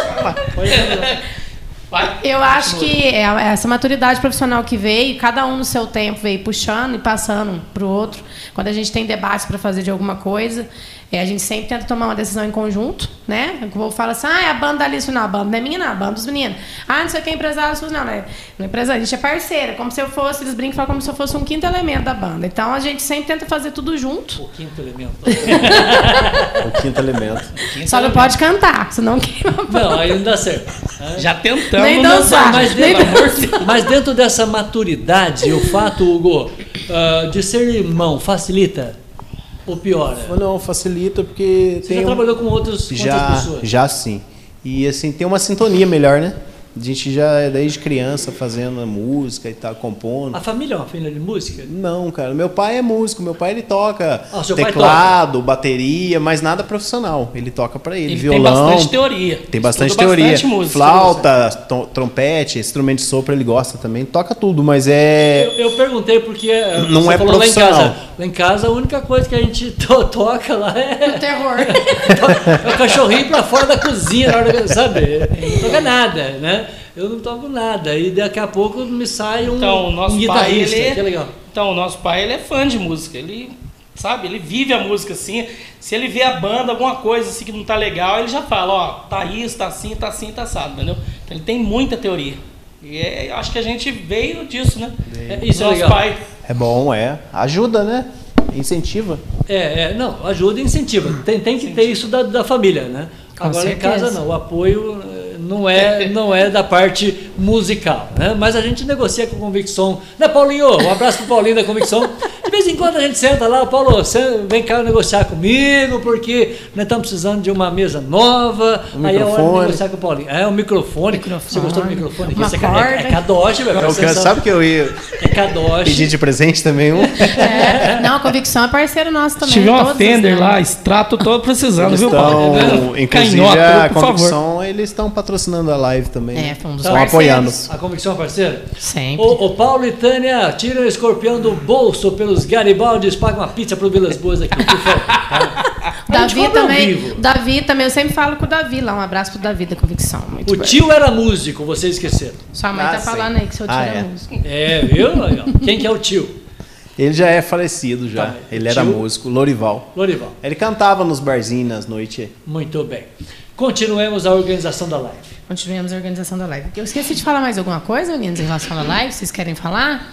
Vai. Eu acho que é essa maturidade profissional que veio, cada um no seu tempo veio puxando e passando para o outro. Quando a gente tem debates para fazer de alguma coisa, é, a gente sempre tenta tomar uma decisão em conjunto, né? O povo fala assim, ah, é a banda da Alice, não, a banda não é minha, não, a banda dos meninos. Ah, não sei quem é empresário, não, não é, não é empresário, a gente é parceira, como se eu fosse, eles brincam, falam como se eu fosse um quinto elemento da banda. Então a gente sempre tenta fazer tudo junto. O quinto elemento. O quinto elemento. Só não pode cantar, senão queima a banda. Não, aí não dá certo. Já tentamos. Nem não dançar. dá. Mas dentro, mas dentro dessa maturidade, o fato, Hugo, uh, de ser irmão, facilita ou piora? Não, facilita porque Você tem já um- trabalhou com, outros, com já, outras pessoas? já sim. E assim, tem uma sintonia melhor, né? A gente já é desde criança fazendo a música e tal, compondo. A família é uma família de música? Não, cara. Meu pai é músico. Meu pai ele toca Ah, seu pai teclado, bateria, mas nada profissional. Ele toca pra ele. Ele violão. tem bastante teoria. Tem bastante Estuda teoria. bastante música. Flauta, to- trompete, instrumento de sopro ele gosta também. Toca tudo, mas é. Eu, eu perguntei porque eh, Não você é falou lá em profissional. casa. Lá em casa a única coisa que a gente to- toca lá é, Terror. é o cachorrinho pra fora da cozinha, na hora da- sabe? Não toca nada, né? Eu não toco nada. E daqui a pouco me sai um, Então, o nosso um pai, guitarrista, ele... que é legal. Então, o nosso pai, ele é fã de música. Ele, sabe, ele vive a música assim. Se ele vê a banda, alguma coisa assim que não tá legal, ele já fala, ó, tá isso, tá assim, tá assim, tá assado, entendeu? Então, ele tem muita teoria. E é, acho que a gente veio disso, né? É, isso é Nosso legal. pai. É bom, é. Ajuda, né? Incentiva. É, é, não, ajuda e incentiva. Tem, tem que ter isso da, da família, né? Com Agora certeza. em casa não, o apoio eh, não é, não é da parte musical, né? Mas a gente negocia com convicção. Né, Paulinho? Um abraço pro Paulinho da Convicção. De vez em quando a gente senta lá, Paulo, você vem cá negociar comigo, porque nós estamos precisando de uma mesa nova. Um aí é hora de microfone. negociar com o Paulinho. É, um microfone. Microfone. Você gostou do microfone? Uma Esse é, corda. é, é kadosh, velho. Eu presta quero- atenção. sabe que eu ia É kadosh. pedir de presente também um? É, não, a Convicção é parceiro nosso também. Se tiver uma todas as Fender bandas. lá, extrato, tô precisando, Eles viu, Paulo? estão, inclusive Canhota, a por favor. Convicção, eles estão patrocinando a live também. É, né? foi um dos Estão parceiros. apoiando. A Convicção é parceira? Sempre. Ô, ô Paulo e Tânia, tira o escorpião do bolso pelos Garibaldes, paga uma pizza pro Vilas Boas aqui, por favor. A gente Davi cobra ao também. vivo. Davi também, eu sempre falo com o Davi lá. Um abraço pro Davi da Convicção. Muito O bem. tio era músico, vocês esqueceram. Sua mãe Ah, tá sim. falando aí que seu tio Ah, era é. músico. É, viu? Aí, ó. Quem que é o tio? Ele já é falecido já. Tá, Ele era tio- músico, Lorival. Lorival. Ele cantava nos barzinhos nas noites. Muito bem. Continuemos a organização da live. Continuemos a organização da live. Eu esqueci de falar mais alguma coisa, meninos, em relação à live. Vocês querem falar?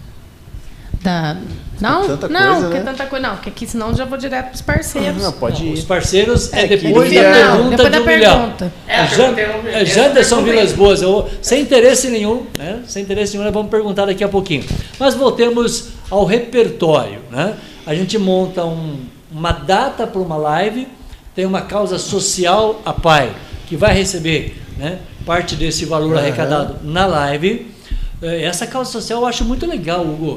Da... Não? tanta não, coisa, porque né? tanta coisa. Não, porque aqui senão já vou direto pros parceiros. Não, pode Não, ir. os parceiros é, É, que depois ele da via- pergunta Não, depois de da um milhão. pergunta. É, Jan- é Janderson Vilas Boas, eu, sem interesse nenhum, né? Sem interesse nenhum, nós vamos perguntar daqui a pouquinho. Mas voltemos ao repertório, né? A gente monta um- uma data para uma live, tem uma causa social a pai, que vai receber né, parte desse valor Uhum. arrecadado na live. Essa causa social eu acho muito legal, Hugo.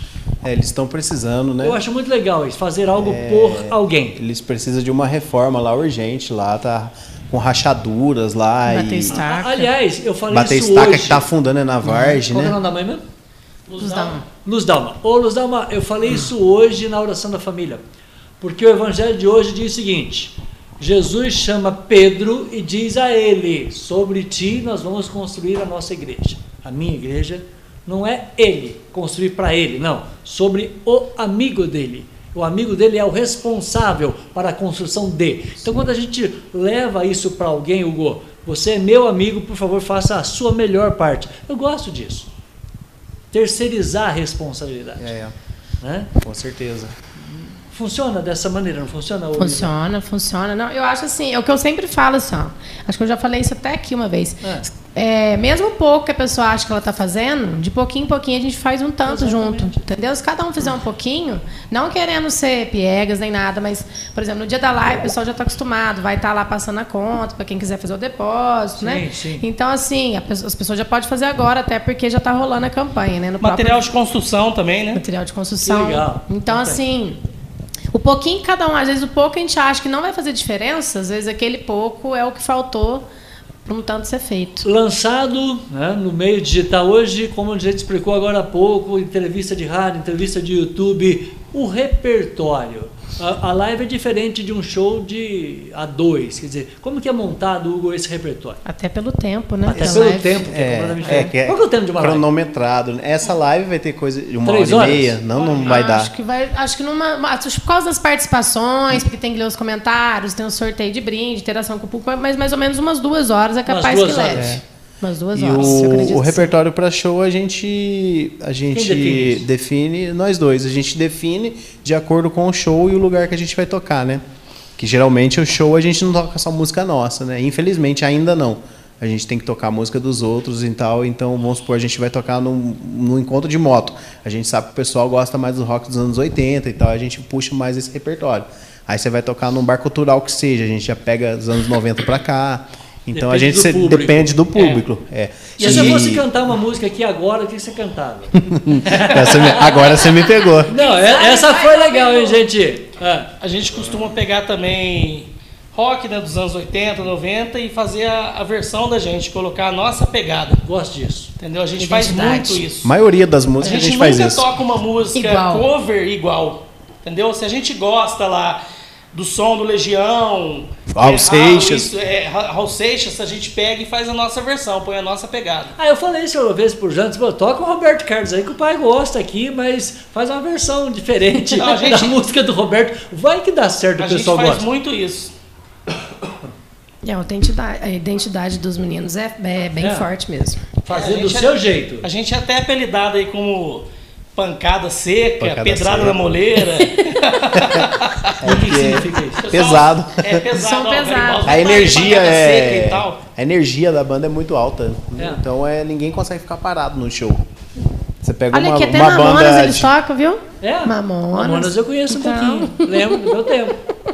É, eles estão precisando, né? Eu acho muito legal isso, fazer algo É, por alguém. Eles precisam de uma reforma lá urgente, lá tá com rachaduras lá. Bater e estaca. Aliás, eu falei bater isso estaca hoje. que tá afundando é na Vargem, Qual é o né? nome da mãe mesmo? Luz Dalma. Luz Dalma. Ô, Luz Dalma, eu falei isso hoje na oração da família. Porque o evangelho de hoje diz o seguinte: Jesus chama Pedro e diz a ele: sobre ti nós vamos construir a nossa igreja. A minha igreja não é ele construir para ele, não. Sobre o amigo dele. O amigo dele é o responsável para a construção de. Então, quando a gente leva isso para alguém, Hugo, você é meu amigo, por favor, faça a sua melhor parte. Eu gosto disso. Terceirizar a responsabilidade. É, Né? com certeza. Funciona dessa maneira, não funciona? Olívia? Funciona, funciona. Não, eu acho assim, é o que eu sempre falo assim, ó, acho que eu já falei isso até aqui uma vez. É. É, mesmo pouco que a pessoa acha que ela está fazendo, de pouquinho em pouquinho a gente faz um tanto Exatamente. junto, entendeu? Se cada um fizer um pouquinho, não querendo ser piegas nem nada, mas, por exemplo, no dia da live o pessoal já está acostumado, vai estar tá lá passando a conta para quem quiser fazer o depósito, Sim, né? sim. Então, assim, a pessoa- as pessoas já podem fazer agora, até porque já está rolando a campanha, né? No Material próprio de construção também, né? material de construção. Que legal. Então, Muito assim, o pouquinho que cada um, às vezes o pouco que a gente acha que não vai fazer diferença, às vezes aquele pouco é o que faltou para um tanto ser feito. Lançado, né, no meio digital hoje, como a gente explicou agora há pouco, entrevista de rádio, entrevista de YouTube, o repertório. A, a live é diferente de um show de A dois, quer dizer, como que é montado, Hugo, esse repertório? Até pelo tempo, né? Até da pelo live. tempo, que é, É, completamente é, diferente. que é Qual que é o tempo de uma live? cronometrado. né? Essa live vai ter coisa de uma Três hora horas? e meia. Não, não vai acho dar. Que vai, acho que numa, acho que por causa das participações, porque tem que ler os comentários, tem um sorteio de brinde, interação com o público, mas mais ou menos umas duas horas é capaz duas que horas. leve. É. Umas duas E horas, eu acredito o, o que sim. repertório para show a gente a gente define isso? define, nós dois, a gente define de acordo com o show e o lugar que a gente vai tocar, né? Que geralmente o show a gente não toca só música nossa, né? Infelizmente ainda não. A gente tem que tocar a música dos outros e tal, então vamos supor, a gente vai tocar num, num encontro de moto. A gente sabe que o pessoal gosta mais do rock dos anos oitenta e tal, a gente puxa mais esse repertório. Aí você vai tocar num bar cultural que seja, a gente já pega dos anos noventa para cá. Então Depende a gente do se- público. depende do público. É. E se eu fosse cantar uma música aqui agora, o que você cantava? Essa me- agora você me pegou. Não, é- essa foi legal, hein, gente? Ah, A gente costuma pegar também rock, né, dos anos oitenta, noventa e fazer a, a versão da gente, colocar a nossa pegada. gosto disso. Entendeu? A gente faz Identidade. muito isso. A maioria das A músicas a gente, gente faz nunca isso. toca uma música Igual. cover igual. Entendeu? Se a gente gosta lá do som do Legião, Raul é, Seixas. isso, é, Ra- Raul Seixas, a gente pega e faz a nossa versão, põe a nossa pegada. Ah, eu falei isso uma vez por Jantos, pô, toca o Roberto Carlos aí que o pai gosta aqui, mas faz uma versão diferente Não, a gente- da música do Roberto. Vai que dá certo, A o gente pessoal faz gosta. muito isso. É, a identidade, a identidade dos meninos é, é bem É. forte mesmo. Fazer A do gente seu é- jeito. A gente é até apelidado aí como pancada seca, Pancada pedrada seca. na moleira. O que, que significa isso? Pessoal, Pesado. É pesado. São ó, pesados. Garibaldi A vai energia pancada é seca e tal. a energia da banda é muito alta. É. Então é ninguém consegue ficar parado no show. Você pega Olha uma, aqui, até uma Mamonas banda eles de- tocam, viu? É? Mamonas. Mamonas eu conheço um Então. pouquinho. Lembro do meu tempo.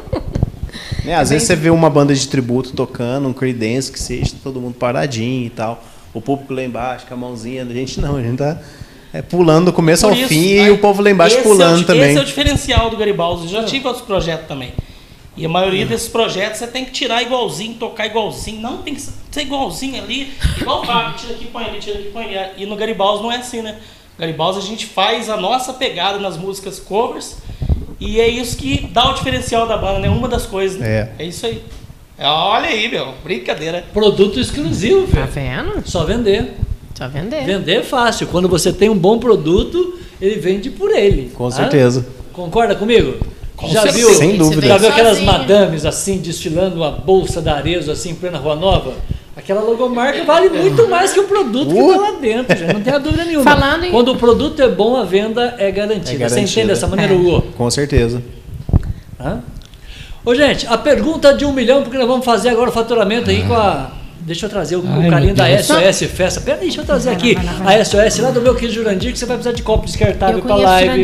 né, às vezes você vê uma banda de tributo tocando, um Creedence que seja, todo mundo paradinho e tal. O público lá embaixo, com a mãozinha da gente, não, a gente tá é, pulando do começo Por ao isso, fim e aí, o povo lá embaixo esse pulando é o, também. Esse é o diferencial do Garibaldi. Eu já tive outros projetos também. E a maioria desses projetos você tem que tirar igualzinho, tocar igualzinho. Não tem que ser igualzinho ali. Igual o Fábio, tira aqui, põe ali, tira aqui, põe ali. E no Garibaldi não é assim, né? No Garibaldi a gente faz a nossa pegada nas músicas covers. E é isso que dá o diferencial da banda, né? Uma das coisas. Né? É. É isso aí. É, olha aí, meu. Brincadeira. Produto exclusivo, Tá velho. vendo? Só vender. Só vender. Vender é fácil. Quando você tem um bom produto, ele vende por ele. Com tá? certeza. Concorda comigo? Com já certeza. viu? Sem dúvida. Já viu aquelas Sozinho. madames assim, desfilando uma bolsa da Arezzo assim, em plena Rua Nova? Aquela logomarca vale muito mais que o produto que está lá dentro, gente. Não tem dúvida nenhuma. Falando em- Quando o produto é bom, a venda é garantida. É garantida. Você entende dessa maneira, É. Hugo? Com certeza. Hã? Ô, gente, a pergunta de um milhão, porque nós vamos fazer agora o faturamento aí com a... Deixa eu trazer o, o Ai, carinho meu da Deus. S O S Festa. Pera aí, deixa eu trazer Vai lá, aqui vai lá, vai lá. a S O S lá do meu querido Jurandir, que você vai precisar de copo descartável Eu para conheço o live. Jurandir.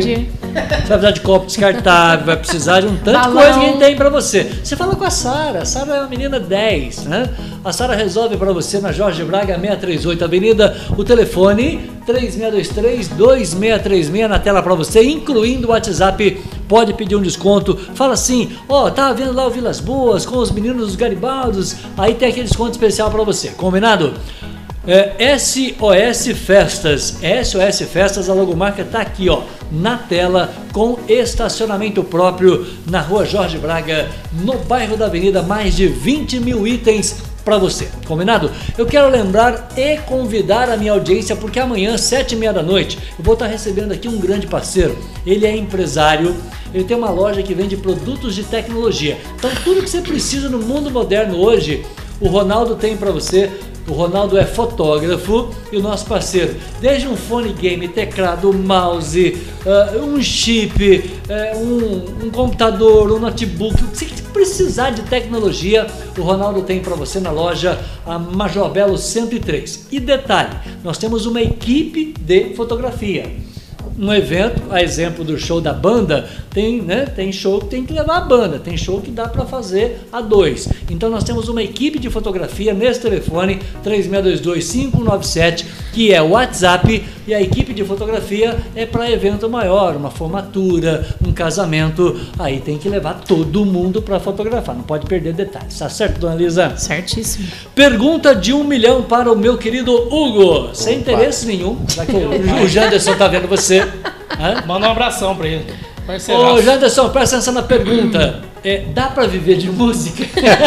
Você vai precisar de copo descartável, vai precisar de um tanto Balão. de coisa que a gente tem pra você. Você fala com a Sara, a Sara é uma menina dez, né? A Sara resolve pra você na Jorge Braga seiscentos e trinta e oito Avenida, o telefone três seis dois três, dois seis três seis na tela pra você, incluindo o WhatsApp, pode pedir um desconto, fala assim, ó, oh, tava vendo lá o Vilas Boas com os meninos dos Garibaldos, aí tem aquele desconto especial pra você, combinado? É, S O S Festas, S O S Festas, a logomarca tá aqui, ó, na tela, com estacionamento próprio na Rua Jorge Braga, no bairro da Avenida, mais de vinte mil itens para você, combinado? Eu quero lembrar e convidar a minha audiência, porque amanhã, sete e meia da noite, eu vou estar recebendo aqui um grande parceiro, ele é empresário, ele tem uma loja que vende produtos de tecnologia, então tudo que você precisa no mundo moderno hoje, o Ronaldo tem para você. O Ronaldo é fotógrafo e o nosso parceiro, desde um fone game, teclado, mouse, uh, um chip, uh, um, um computador, um notebook, o que você precisar de tecnologia, o Ronaldo tem para você na loja a Major Belo cento e três. E detalhe, nós temos uma equipe de fotografia. Um evento, a exemplo do show da banda, tem, né, tem show que tem que levar a banda, tem show que dá para fazer a dois. Então nós temos uma equipe de fotografia nesse telefone três seis dois dois, cinco nove sete, que é o WhatsApp, e a equipe de fotografia é para evento maior, uma formatura, um casamento, aí tem que levar todo mundo para fotografar, não pode perder detalhes, tá certo, dona Lisa? Certíssimo. Pergunta de um milhão para o meu querido Hugo, sem interesse nenhum, já que o, o Janderson tá vendo você. Hã? Manda um abração pra ele. Ô Janderson, presta atenção na pergunta. É, dá pra viver de música?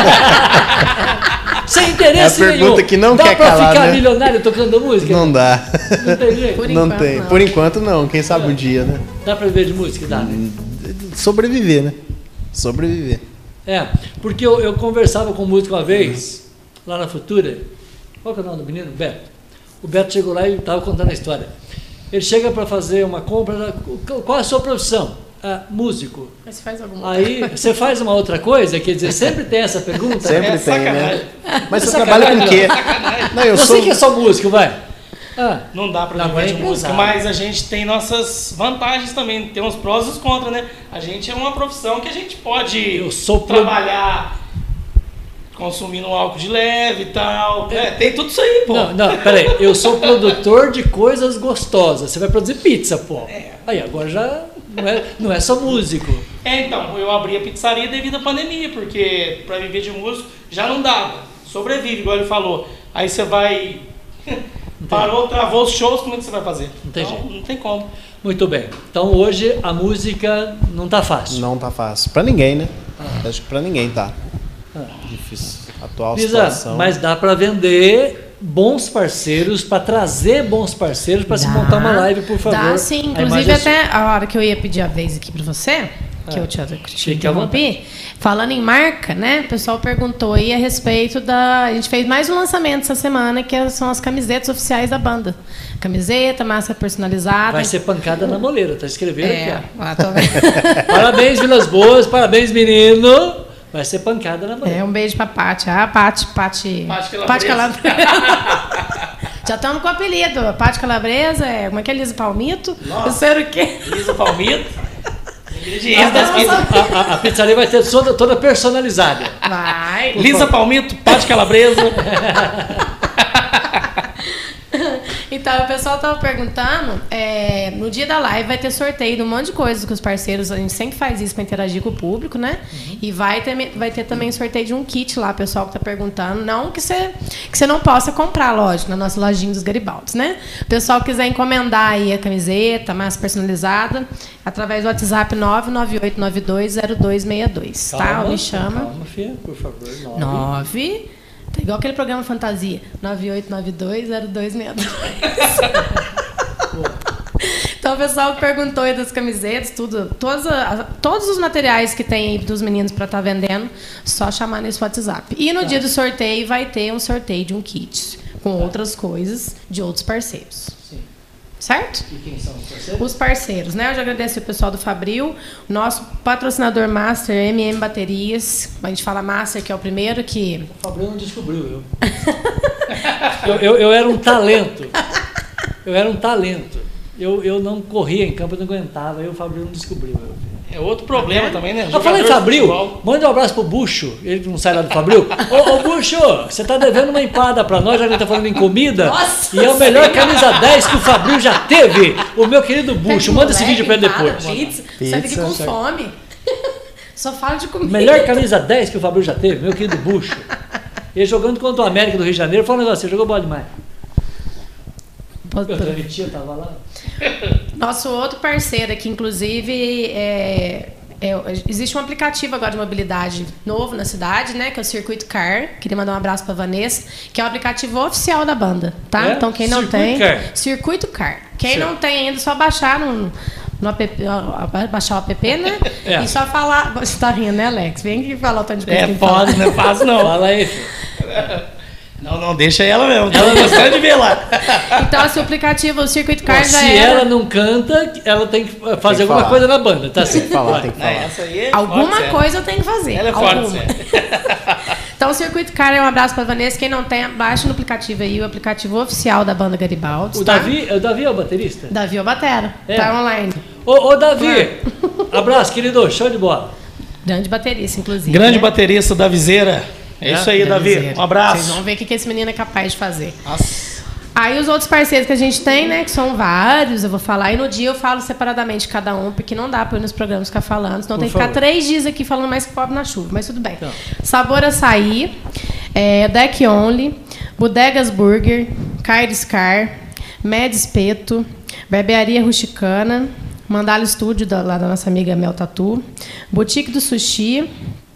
Sem interesse É a pergunta nenhum. que não dá quer pra calar, ficar né? milionário tocando música? Não dá. Não tem jeito? Por Não enquanto, tem. não. Por enquanto não. Quem sabe um dia, né? Dá pra viver de música? Dá, né? Sobreviver, né? Sobreviver. É, porque eu, eu conversava com um músico uma vez, lá na Futura. Qual que é o nome do menino? Beto. O Beto chegou lá e estava contando a história. Ele chega para fazer uma compra, qual é a sua profissão? Ah, músico. Mas faz alguma Aí coisa. você faz uma outra coisa, quer dizer, sempre tem essa pergunta? Sempre É tem, sacanagem. né? Mas É você sacanagem, trabalha com o quê? Não, eu Você sou... que é só músico, vai. Ah, Não dá pra Não, viver é de música, empresário. mas a gente tem nossas vantagens também, tem uns prós e os contras, né? A gente é uma profissão que a gente pode Eu sou pro- trabalhar consumindo um álcool de leve e tal. É, tem tudo isso aí, pô. não, não, peraí, eu sou produtor de coisas gostosas. Você vai produzir pizza, pô. É. Aí agora já não é, não é só músico. É, então, eu abri a pizzaria devido à pandemia, porque pra viver de músico já não dava. Sobrevive, igual ele falou. Aí você vai. Parou, travou os shows, como é que você vai fazer? Não tem então, jeito. Não tem como. Muito bem. Então hoje a música não tá fácil. Não tá fácil. Pra ninguém, né? Acho que pra ninguém tá. Difícil. Atual Lisa, situação. mas dá para vender bons parceiros, para trazer bons parceiros para se montar uma live, por favor. Dá sim, A inclusive imagem é sua. até a hora que eu ia pedir a vez aqui pra você, que Ah, eu te, te fique à interrompi, falando em marca, né? O pessoal perguntou aí a respeito da. A gente fez mais um lançamento essa semana, que são as camisetas oficiais da banda. Camiseta, máscara personalizada. Vai ser pancada na moleira, tá escrevendo É, aqui. lá, tô vendo. Ó. Parabéns, Vilas Boas, parabéns, menino. Vai ser pancada na moleira. É, um beijo pra Paty. Ah, Paty, Paty. Paty Calabresa. Calabresa. Já estamos com o apelido. Paty Calabresa, é, como é que é? Lisa Palmito? Nossa. Eu sei o quê? Lisa Palmito. A, Ingredientes das pizzas. a- a- a pizzaria vai ter toda, toda personalizada. Vai. Lisa Palmito, Paty Calabresa. Então, o pessoal tava perguntando, é, no dia da live vai ter sorteio de um monte de coisas com os parceiros, a gente sempre faz isso para interagir com o público, né? Uhum. E vai ter, vai ter também sorteio de um kit lá, pessoal que tá perguntando, não que você que você não possa comprar, lógico, na nossa lojinha dos Garibaldos, né? O pessoal quiser encomendar aí a camiseta, a massa personalizada, através do WhatsApp nove nove oito nove dois zero dois seis dois, tá? Ou me chama. Calma, filha, por favor. Nove. nove Tá igual aquele programa Fantasia. nove oito nove dois zero dois seis dois. Então, o pessoal que perguntou aí das camisetas, tudo, todas a- todos os materiais que tem aí dos meninos para estar vendendo, só chamar nesse WhatsApp. E no Tá. dia do sorteio vai ter um sorteio de um kit com outras coisas de outros parceiros. Sim. Certo? E quem são os parceiros? Os parceiros, né? Eu já agradeço o pessoal do Fabril, nosso patrocinador Master, M M Baterias. A gente fala Master, que é o primeiro que... O Fabril não descobriu, eu. eu, eu. Eu era um talento. Eu era um talento. eu, eu não corria em campo, eu não aguentava, aí o Fabril não descobriu. É outro problema também, né? Eu falei, Fabril, manda um abraço pro Bucho, ele que não sai lá do Fabril. Ô, ô Bucho, você tá devendo uma empada pra nós, já que a gente tá falando em comida. Nossa, e é a melhor camisa dez que o Fabril já teve. O meu querido Bucho, manda esse vídeo pra ele depois. Pizza, você fica com fome. Só fala de comida. Melhor camisa dez que o Fabril já teve, meu querido Bucho. Ele jogando contra o América do Rio de Janeiro, fala um negócio, você jogou bola demais. Minha tia tava lá. Nosso outro parceiro aqui, inclusive, é, é, existe um aplicativo agora de mobilidade novo na cidade, né? Que é o Circuito Car. Queria mandar um abraço pra Vanessa, que é o aplicativo oficial da banda, tá? É? Então quem não Circuito tem. Car. Circuito Car. Quem Certo. não tem ainda, é só baixar no. No app, baixar o app, né? É. E só falar. Você tá rindo, né, Alex? Vem aqui falar o tanto de coisa que É tem que falar. foda, não é fácil não. Fala aí. Não, não, deixa ela mesmo. Ela gostando de ver lá. Então, esse aplicativo, o Circuito Car Pô, já se era. ela não canta, ela tem que fazer Tem que alguma falar. coisa na banda, tá certo? Tem que falar, Vai. tem que Não, falar. essa aí é Alguma forte, coisa eu tenho que fazer. Ela é alguma. forte, sério. Então, o Circuito Car é um abraço pra Vanessa. Quem não tem, baixa no aplicativo aí, o aplicativo oficial da banda Garibaldi. O tá? Davi, o Davi é o baterista? Davi ou Batera. É. Tá online. Ô, ô Davi, abraço, querido, show de bola. Grande baterista, inclusive. Grande né? baterista da Viseira. É, É, isso aí, Da Davi. Viseira. Um abraço. Vocês vão ver o que que esse menino é capaz de fazer. Nossa. Aí os outros parceiros que a gente tem, né, que são vários, eu vou falar, e no dia eu falo separadamente cada um, porque não dá pra eu ir nos programas ficar falando, senão Por tem que ficar favor. três dias aqui falando mais que pobre na chuva, mas tudo bem. Então. Sabor Açaí, é, Deck Only, Bodegas Burger, Caires Car, Med Espeto, Barbearia Rusticana, Mandala Estúdio, da, lá da nossa amiga Mel Tatu, Boutique do Sushi,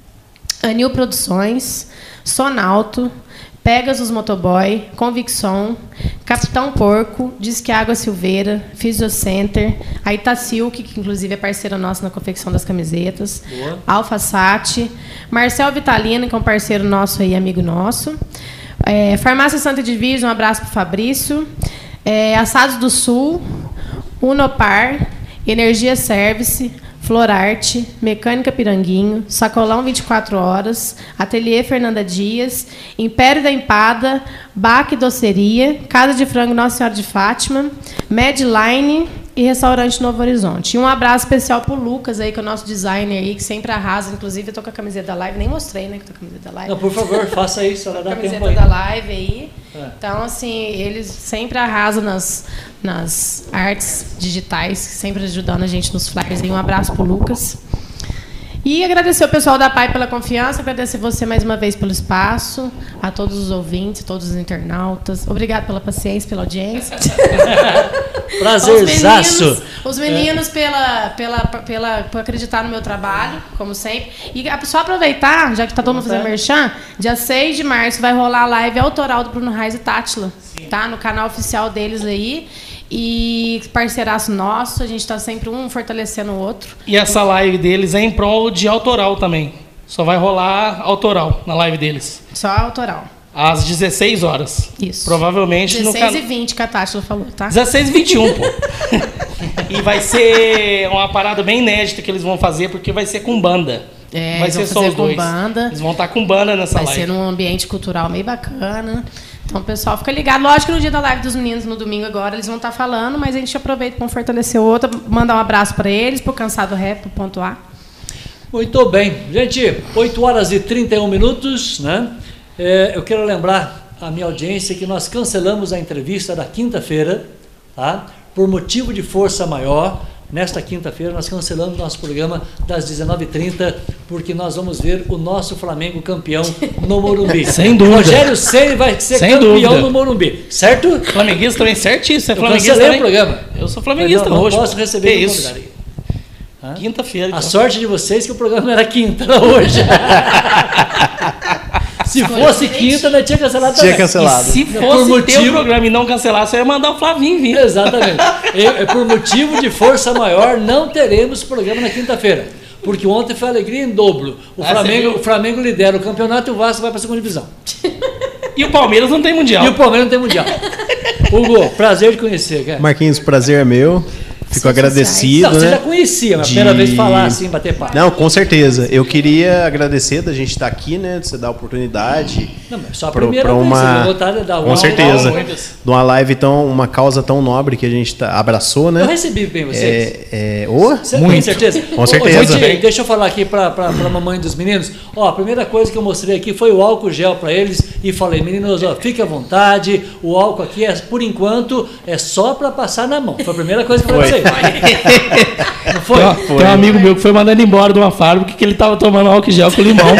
Anil Produções, Sonalto, Pegasus Motoboy, Convicção, Capitão Porco, Disque Água Silveira, Physiocenter, a Itasilk, que inclusive é parceira nossa na confecção das camisetas, Boa. Alfa Sat, Marcel Vitalino, que é um parceiro nosso e amigo nosso, é, Farmácia Santa Divisa, um abraço para o Fabrício, é, Assados do Sul, Unopar, Energia Service, Florarte, Mecânica Piranguinho, Sacolão vinte e quatro horas, Ateliê Fernanda Dias, Império da Empada, Baque Doceria, Casa de Frango Nossa Senhora de Fátima, Medline e Restaurante Novo Horizonte. E um abraço especial pro Lucas aí, que é o nosso designer aí, que sempre arrasa. Inclusive, eu tô com a camiseta da live, nem mostrei, né, que eu tô com a camiseta da live. Não, por favor, faça isso, ela dá tempo Camiseta aí. da live aí. É. Então, assim, eles sempre arrasam nas, nas artes digitais, sempre ajudando a gente nos flyers. E um abraço pro Lucas. E agradecer o pessoal da P A I pela confiança, agradecer você mais uma vez pelo espaço, a todos os ouvintes, todos os internautas. Obrigado pela paciência, pela audiência. Prazerzaço. Os meninos, os meninos pela, pela, pela, por acreditar no meu trabalho, como sempre. E só aproveitar, já que está todo mundo fazendo merchan, dia seis de março vai rolar a live autoral do Bruno Reis e Tátila, tá? No canal oficial deles aí. E parceiraço nosso, a gente está sempre um fortalecendo o outro. E essa live deles é em prol de autoral também. Só vai rolar autoral na live deles. Só autoral. Às dezesseis horas. Isso. Provavelmente no dezesseis canal. e vinte que a Tátila falou, tá? dezesseis e vinte e um, pô. E vai ser uma parada bem inédita que eles vão fazer, porque vai ser com banda. É, vai eles ser vão só fazer os com dois. banda. Eles vão estar com banda nessa Vai live. ser num ambiente cultural meio bacana. Então, pessoal, fica ligado. Lógico que no dia da live dos meninos, no domingo agora, eles vão estar falando, mas a gente aproveita para fortalecer o outro, mandar um abraço para eles, pro Cansado Rap, pro Ponto A. Muito bem. Gente, oito horas e trinta e um minutos, né? É, eu quero lembrar a minha audiência que nós cancelamos a entrevista da quinta-feira, tá? Por motivo de força maior. Nesta quinta-feira nós cancelamos nosso programa das dezenove e trinta, porque nós vamos ver o nosso Flamengo campeão no Morumbi. Sem dúvida. Rogério Ceni vai ser Sem campeão dúvida. no Morumbi, certo? Flamenguista também, certíssimo. É Eu flamenguista cancelei também. o programa. Eu sou flamenguista Eu não hoje. posso pô. receber Que nenhum isso. convidado aí. Hã? Quinta-feira. A Então. sorte de vocês que o programa era quinta, não hoje. Se fosse quinta, nós tinha cancelado também. Tinha cancelado. E se Por fosse ter motivo- o programa e não cancelasse, eu ia mandar o Flavinho vir. Exatamente. E, e por motivo de força maior, não teremos programa na quinta-feira. Porque ontem foi alegria em dobro. O, Ah, Flamengo, você viu? o Flamengo lidera o campeonato e o Vasco vai para a segunda divisão. E o Palmeiras não tem mundial. E o Palmeiras não tem mundial. Hugo, prazer de conhecer, cara. Marquinhos, prazer é meu. fico agradecido, Não, né? você já conhecia, mas a de- primeira vez falar assim, bater papo. Não, com certeza. Eu queria agradecer da gente estar aqui, né? De você dar a oportunidade. Não, mas só a pra- primeira pra vez, uma- você vai botar da Com uma- certeza. uma- De uma live tão, uma causa tão nobre que a gente tá- abraçou, né? Eu recebi bem vocês. É, é, ô, Você tem certeza? Com Ô, certeza. ô, gente, deixa eu falar aqui pra, pra, pra mamãe dos meninos. Ó, a primeira coisa que eu mostrei aqui foi o álcool gel pra eles e falei, meninos, ó, fique à vontade, o álcool aqui, é, por enquanto, é só pra passar na mão. Foi a primeira coisa que eu falei pra vocês. Não foi? Tem, tem um amigo meu que foi mandando embora de uma fábrica que ele tava tomando álcool gel com limão,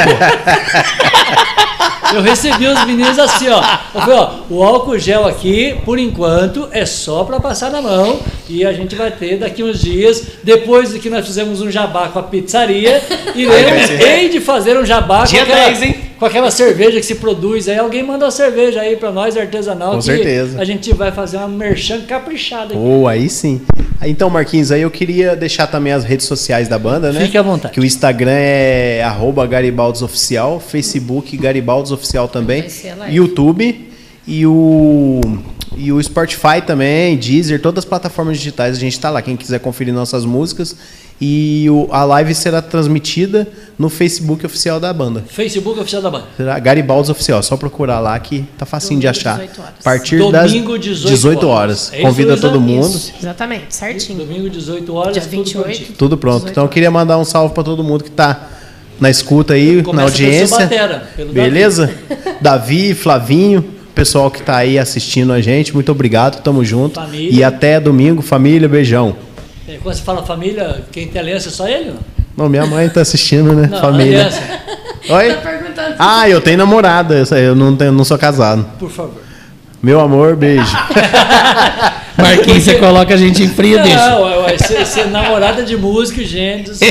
pô. Eu recebi os meninos assim, ó. Eu falei, ó, o álcool gel aqui, por enquanto, é só para passar na mão. E a gente vai ter daqui uns dias, depois de que nós fizemos um jabá com a pizzaria, iremos hei de fazer um jabá com Dia aquela, dez, hein? com aquela cerveja que se produz aí. Alguém manda uma cerveja aí para nós, artesanal, Com que certeza. a gente vai fazer uma merchan caprichada aqui. Oh, aí sim. Ah, Então, Marquinhos, aí eu queria deixar também as redes sociais da banda, né? Fique à vontade. Que o Instagram é arroba Garibaldos Oficial, Facebook Garibaldos Oficial também, Vai ser lá. YouTube e o, e o Spotify também, Deezer, todas as plataformas digitais a gente está lá. Quem quiser conferir nossas músicas. E o, a live será transmitida no Facebook oficial da banda. Facebook oficial da banda. Será Garibaldos Oficial, só procurar lá que tá facinho de Domingo, achar. dezoito horas. A partir Domingo, das dezoito dezoito horas. horas. É isso, Convida Luísa? todo mundo. Isso, exatamente, certinho. Domingo, dezoito horas, Dia tudo vinte e oito. prontinho. Tudo pronto. dezoito Então eu queria mandar um salve para todo mundo que tá na escuta aí, Começa na audiência. pelo seu batera, pelo Beleza? Davi, Flavinho, pessoal que tá aí assistindo a gente, muito obrigado, tamo junto. Família. E até domingo, família, beijão. É, quando você fala família, quem tem aliança é só ele? Não, Não, minha mãe tá assistindo, né? não família. aliança, Oi? Tá perguntando. Ah, eu tenho namorada, eu sei, eu não, tenho, não sou casado. por favor. Meu amor, beijo. Marquinhos, você coloca a gente em frio, deixa. Não, ué, ué, ser, ser namorada de músico, gente. isso-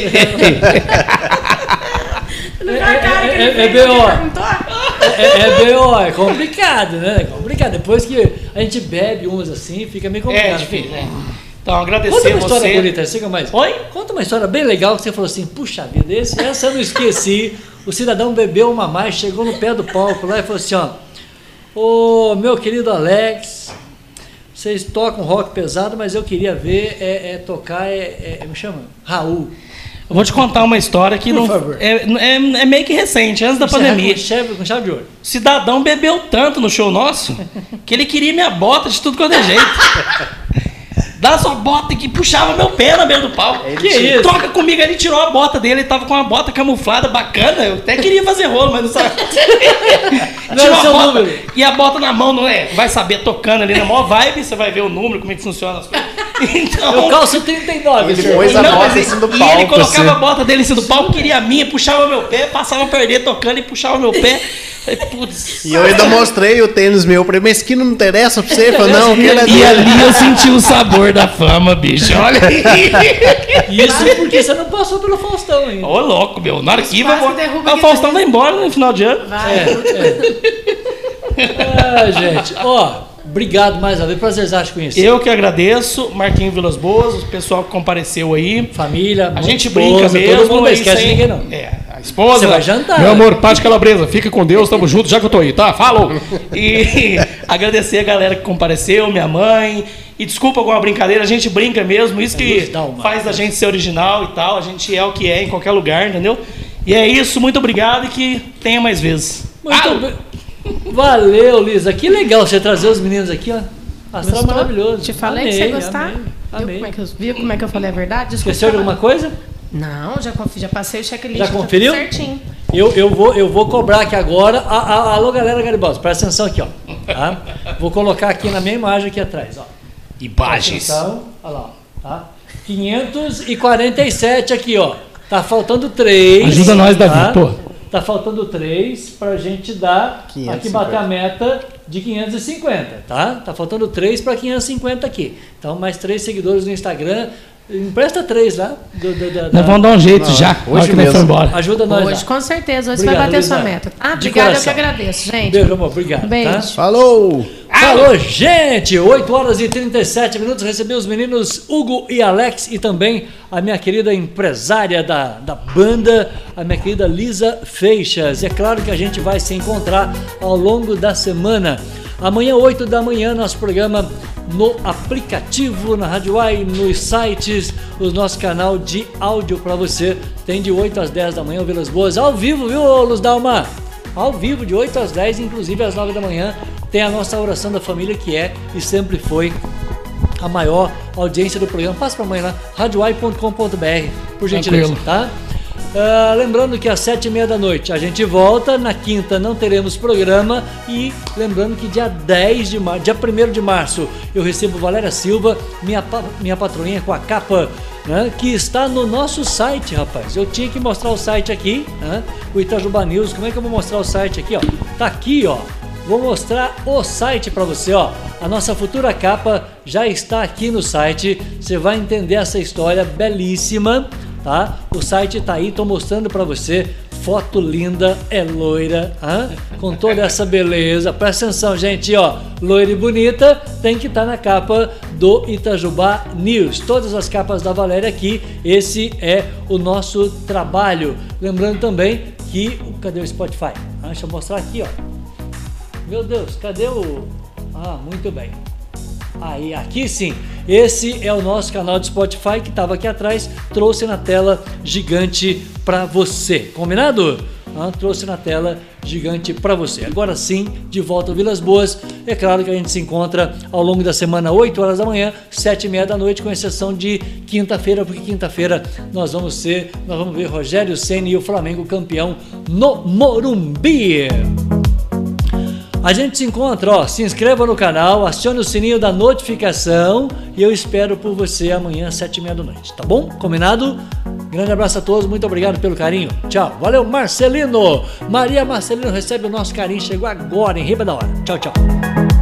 Não dá a cara que é- ele é fez, B O. ele perguntou. É, é B O, é complicado, né? É complicado. Depois que a gente bebe uns assim, fica meio complicado. É difícil, né? Então, agradecer Conta uma história você. bonita, siga mais. Oi? Conta uma história bem legal que você falou assim, puxa vida, esse, essa eu não esqueci. O cidadão bebeu uma mais, chegou no pé do palco lá e falou assim, ó, ô meu querido Alex, vocês tocam rock pesado, mas eu queria ver é, é tocar, é, é, me chama, Raul. Eu vou te contar uma história que Por não favor. é, é, é meio que recente, antes da Encerrar pandemia. Com chave, com chave de ouro. O cidadão bebeu tanto no show nosso que ele queria minha bota de tudo quanto é jeito. Dá sua bota que puxava meu pé na beira do palco. Que isso? Troca comigo, ele tirou a bota dele, ele tava com uma bota camuflada bacana. Eu até queria fazer rolo, mas não sabe. Não Tirou era a seu bota número. e a bota na mão, não é? Vai saber tocando ali na maior vibe, você vai ver o número, como é que funciona as coisas. Então, Eu calço trinta e nove. Ele senhor. pôs a não, bota mas em ele- cima do e palco, ele colocava assim. a bota dele em cima do palco, queria a minha, puxava meu pé, passava a perder tocando e puxava meu pé. Falei, putz. E eu ainda mostrei o tênis meu pra ele, mas que não interessa pra você? Eu falei, não, que ele é E dele. ali eu senti o sabor da fama, bicho. Olha aí. Isso porque você não passou pelo Faustão ainda. Ô, louco, meu. Na hora que vai. Quase derruba O aqui Faustão também. vai embora no final de ano. Vai. Ah, gente, ó, obrigado mais uma vez, prazerzaço te conhecer. Eu que agradeço, Marquinhos Vilas Boas, o pessoal que compareceu aí. Família, A gente esposa, brinca mesmo. todo mundo não é esquece isso aí. ninguém não. É, a esposa. Você vai jantar. Meu amor, Paz de Calabresa, fica com Deus, tamo junto, já que eu tô aí, tá? Falou! E agradecer a galera que compareceu, minha mãe. E desculpa alguma brincadeira, a gente brinca mesmo, isso que Nos dá uma. faz da gente ser original e tal. A gente é o que é em qualquer lugar, entendeu? E é isso, muito obrigado e que tenha mais vezes. Muito Alô? bem. Valeu, Lisa. Que legal você trazer os meninos aqui, ó. Astral Gostou? maravilhoso. Te falei Amei, que você ia gostar. amei, Viu amei. como, é que eu, viu como é que eu falei a verdade? Desculpa Esqueceu de falar. alguma coisa? Não, já, confi- já passei o checklist. Já tá tudo conferiu? certinho. Eu, eu, vou, eu vou cobrar aqui agora. A, a, alô, galera Garibaldi, presta atenção aqui, ó. Tá? Vou colocar aqui na minha imagem aqui atrás, ó. Imagens. Presta atenção, olha lá, ó, tá? quinhentos e quarenta e sete aqui, ó. Tá faltando três. Ajuda nós, Davi, tá? pô. Tá faltando três pra gente dar quinhentos e aqui cinquenta. bater a meta de quinhentos e cinquenta, tá? Tá faltando três para quinhentos e cinquenta aqui. Então mais três seguidores no Instagram. Empresta três lá. Do, do, da, Nós da- vamos dar um jeito Não, já, hoje na hora que nós mesmo. for embora. Ajuda nós Hoje, lá. com certeza. Hoje Obrigado, vai bater sua Luísa. meta. Ah, De obrigada, eu que coração. agradeço, gente. Beijo, amor. Obrigado. Beijo. Tá? Falou! Falou, gente! oito horas e trinta e sete minutos. Recebi os meninos Hugo e Alex e também a minha querida empresária da, da banda, a minha querida Lisa Feixas. É claro que a gente vai se encontrar ao longo da semana. Amanhã, oito da manhã, nosso programa no aplicativo, na Rádio Uai, nos sites, o nosso canal de áudio para você. Tem de oito às dez da manhã o Vilas Boas ao vivo, viu, Luz Dalma? Ao vivo, de oito às dez, inclusive às nove da manhã, tem a nossa oração da família, que é e sempre foi a maior audiência do programa. Passa para amanhã lá, rádio uai ponto com ponto b r, por gentileza, Tranquilo. tá? Uh, lembrando que às sete e meia da noite a gente volta, na quinta não teremos programa, e lembrando que dia dez de março, dia primeiro de março, eu recebo Valéria Silva, minha, minha patroinha com a capa, né, que está no nosso site, rapaz. Eu tinha que mostrar o site aqui, né, o Itajubá News. Como é que eu vou mostrar o site aqui, ó? Tá aqui, ó. Vou mostrar o site para você, ó. A nossa futura capa já está aqui no site. Você vai entender essa história belíssima, tá? O site tá aí, tô mostrando para você. Foto linda, é loira, hein? Com toda essa beleza. Presta atenção, gente, ó. Loira e bonita tem que estar na capa do Itajubá News. Todas as capas da Valéria aqui. Esse é o nosso trabalho. Lembrando também que... Cadê o Spotify? Ah, deixa eu mostrar aqui, ó. Meu Deus, cadê o... Ah, muito bem. Aí, aqui sim. Esse é o nosso canal de Spotify que estava aqui atrás. Trouxe na tela gigante para você. Combinado? Ah, trouxe na tela gigante para você. Agora sim, de volta ao Vilas Boas. É claro que a gente se encontra ao longo da semana, oito horas da manhã, sete e meia da noite, com exceção de quinta-feira, porque quinta-feira nós vamos ser, nós vamos ver Rogério Ceni e o Flamengo campeão no Morumbi. A gente se encontra, ó, se inscreva no canal, acione o sininho da notificação e eu espero por você amanhã às sete e meia da noite, tá bom? Combinado? Grande abraço a todos, muito obrigado pelo carinho. Tchau. Valeu, Marcelino. Maria Marcelino recebe o nosso carinho, chegou agora, em riba da hora. Tchau, tchau.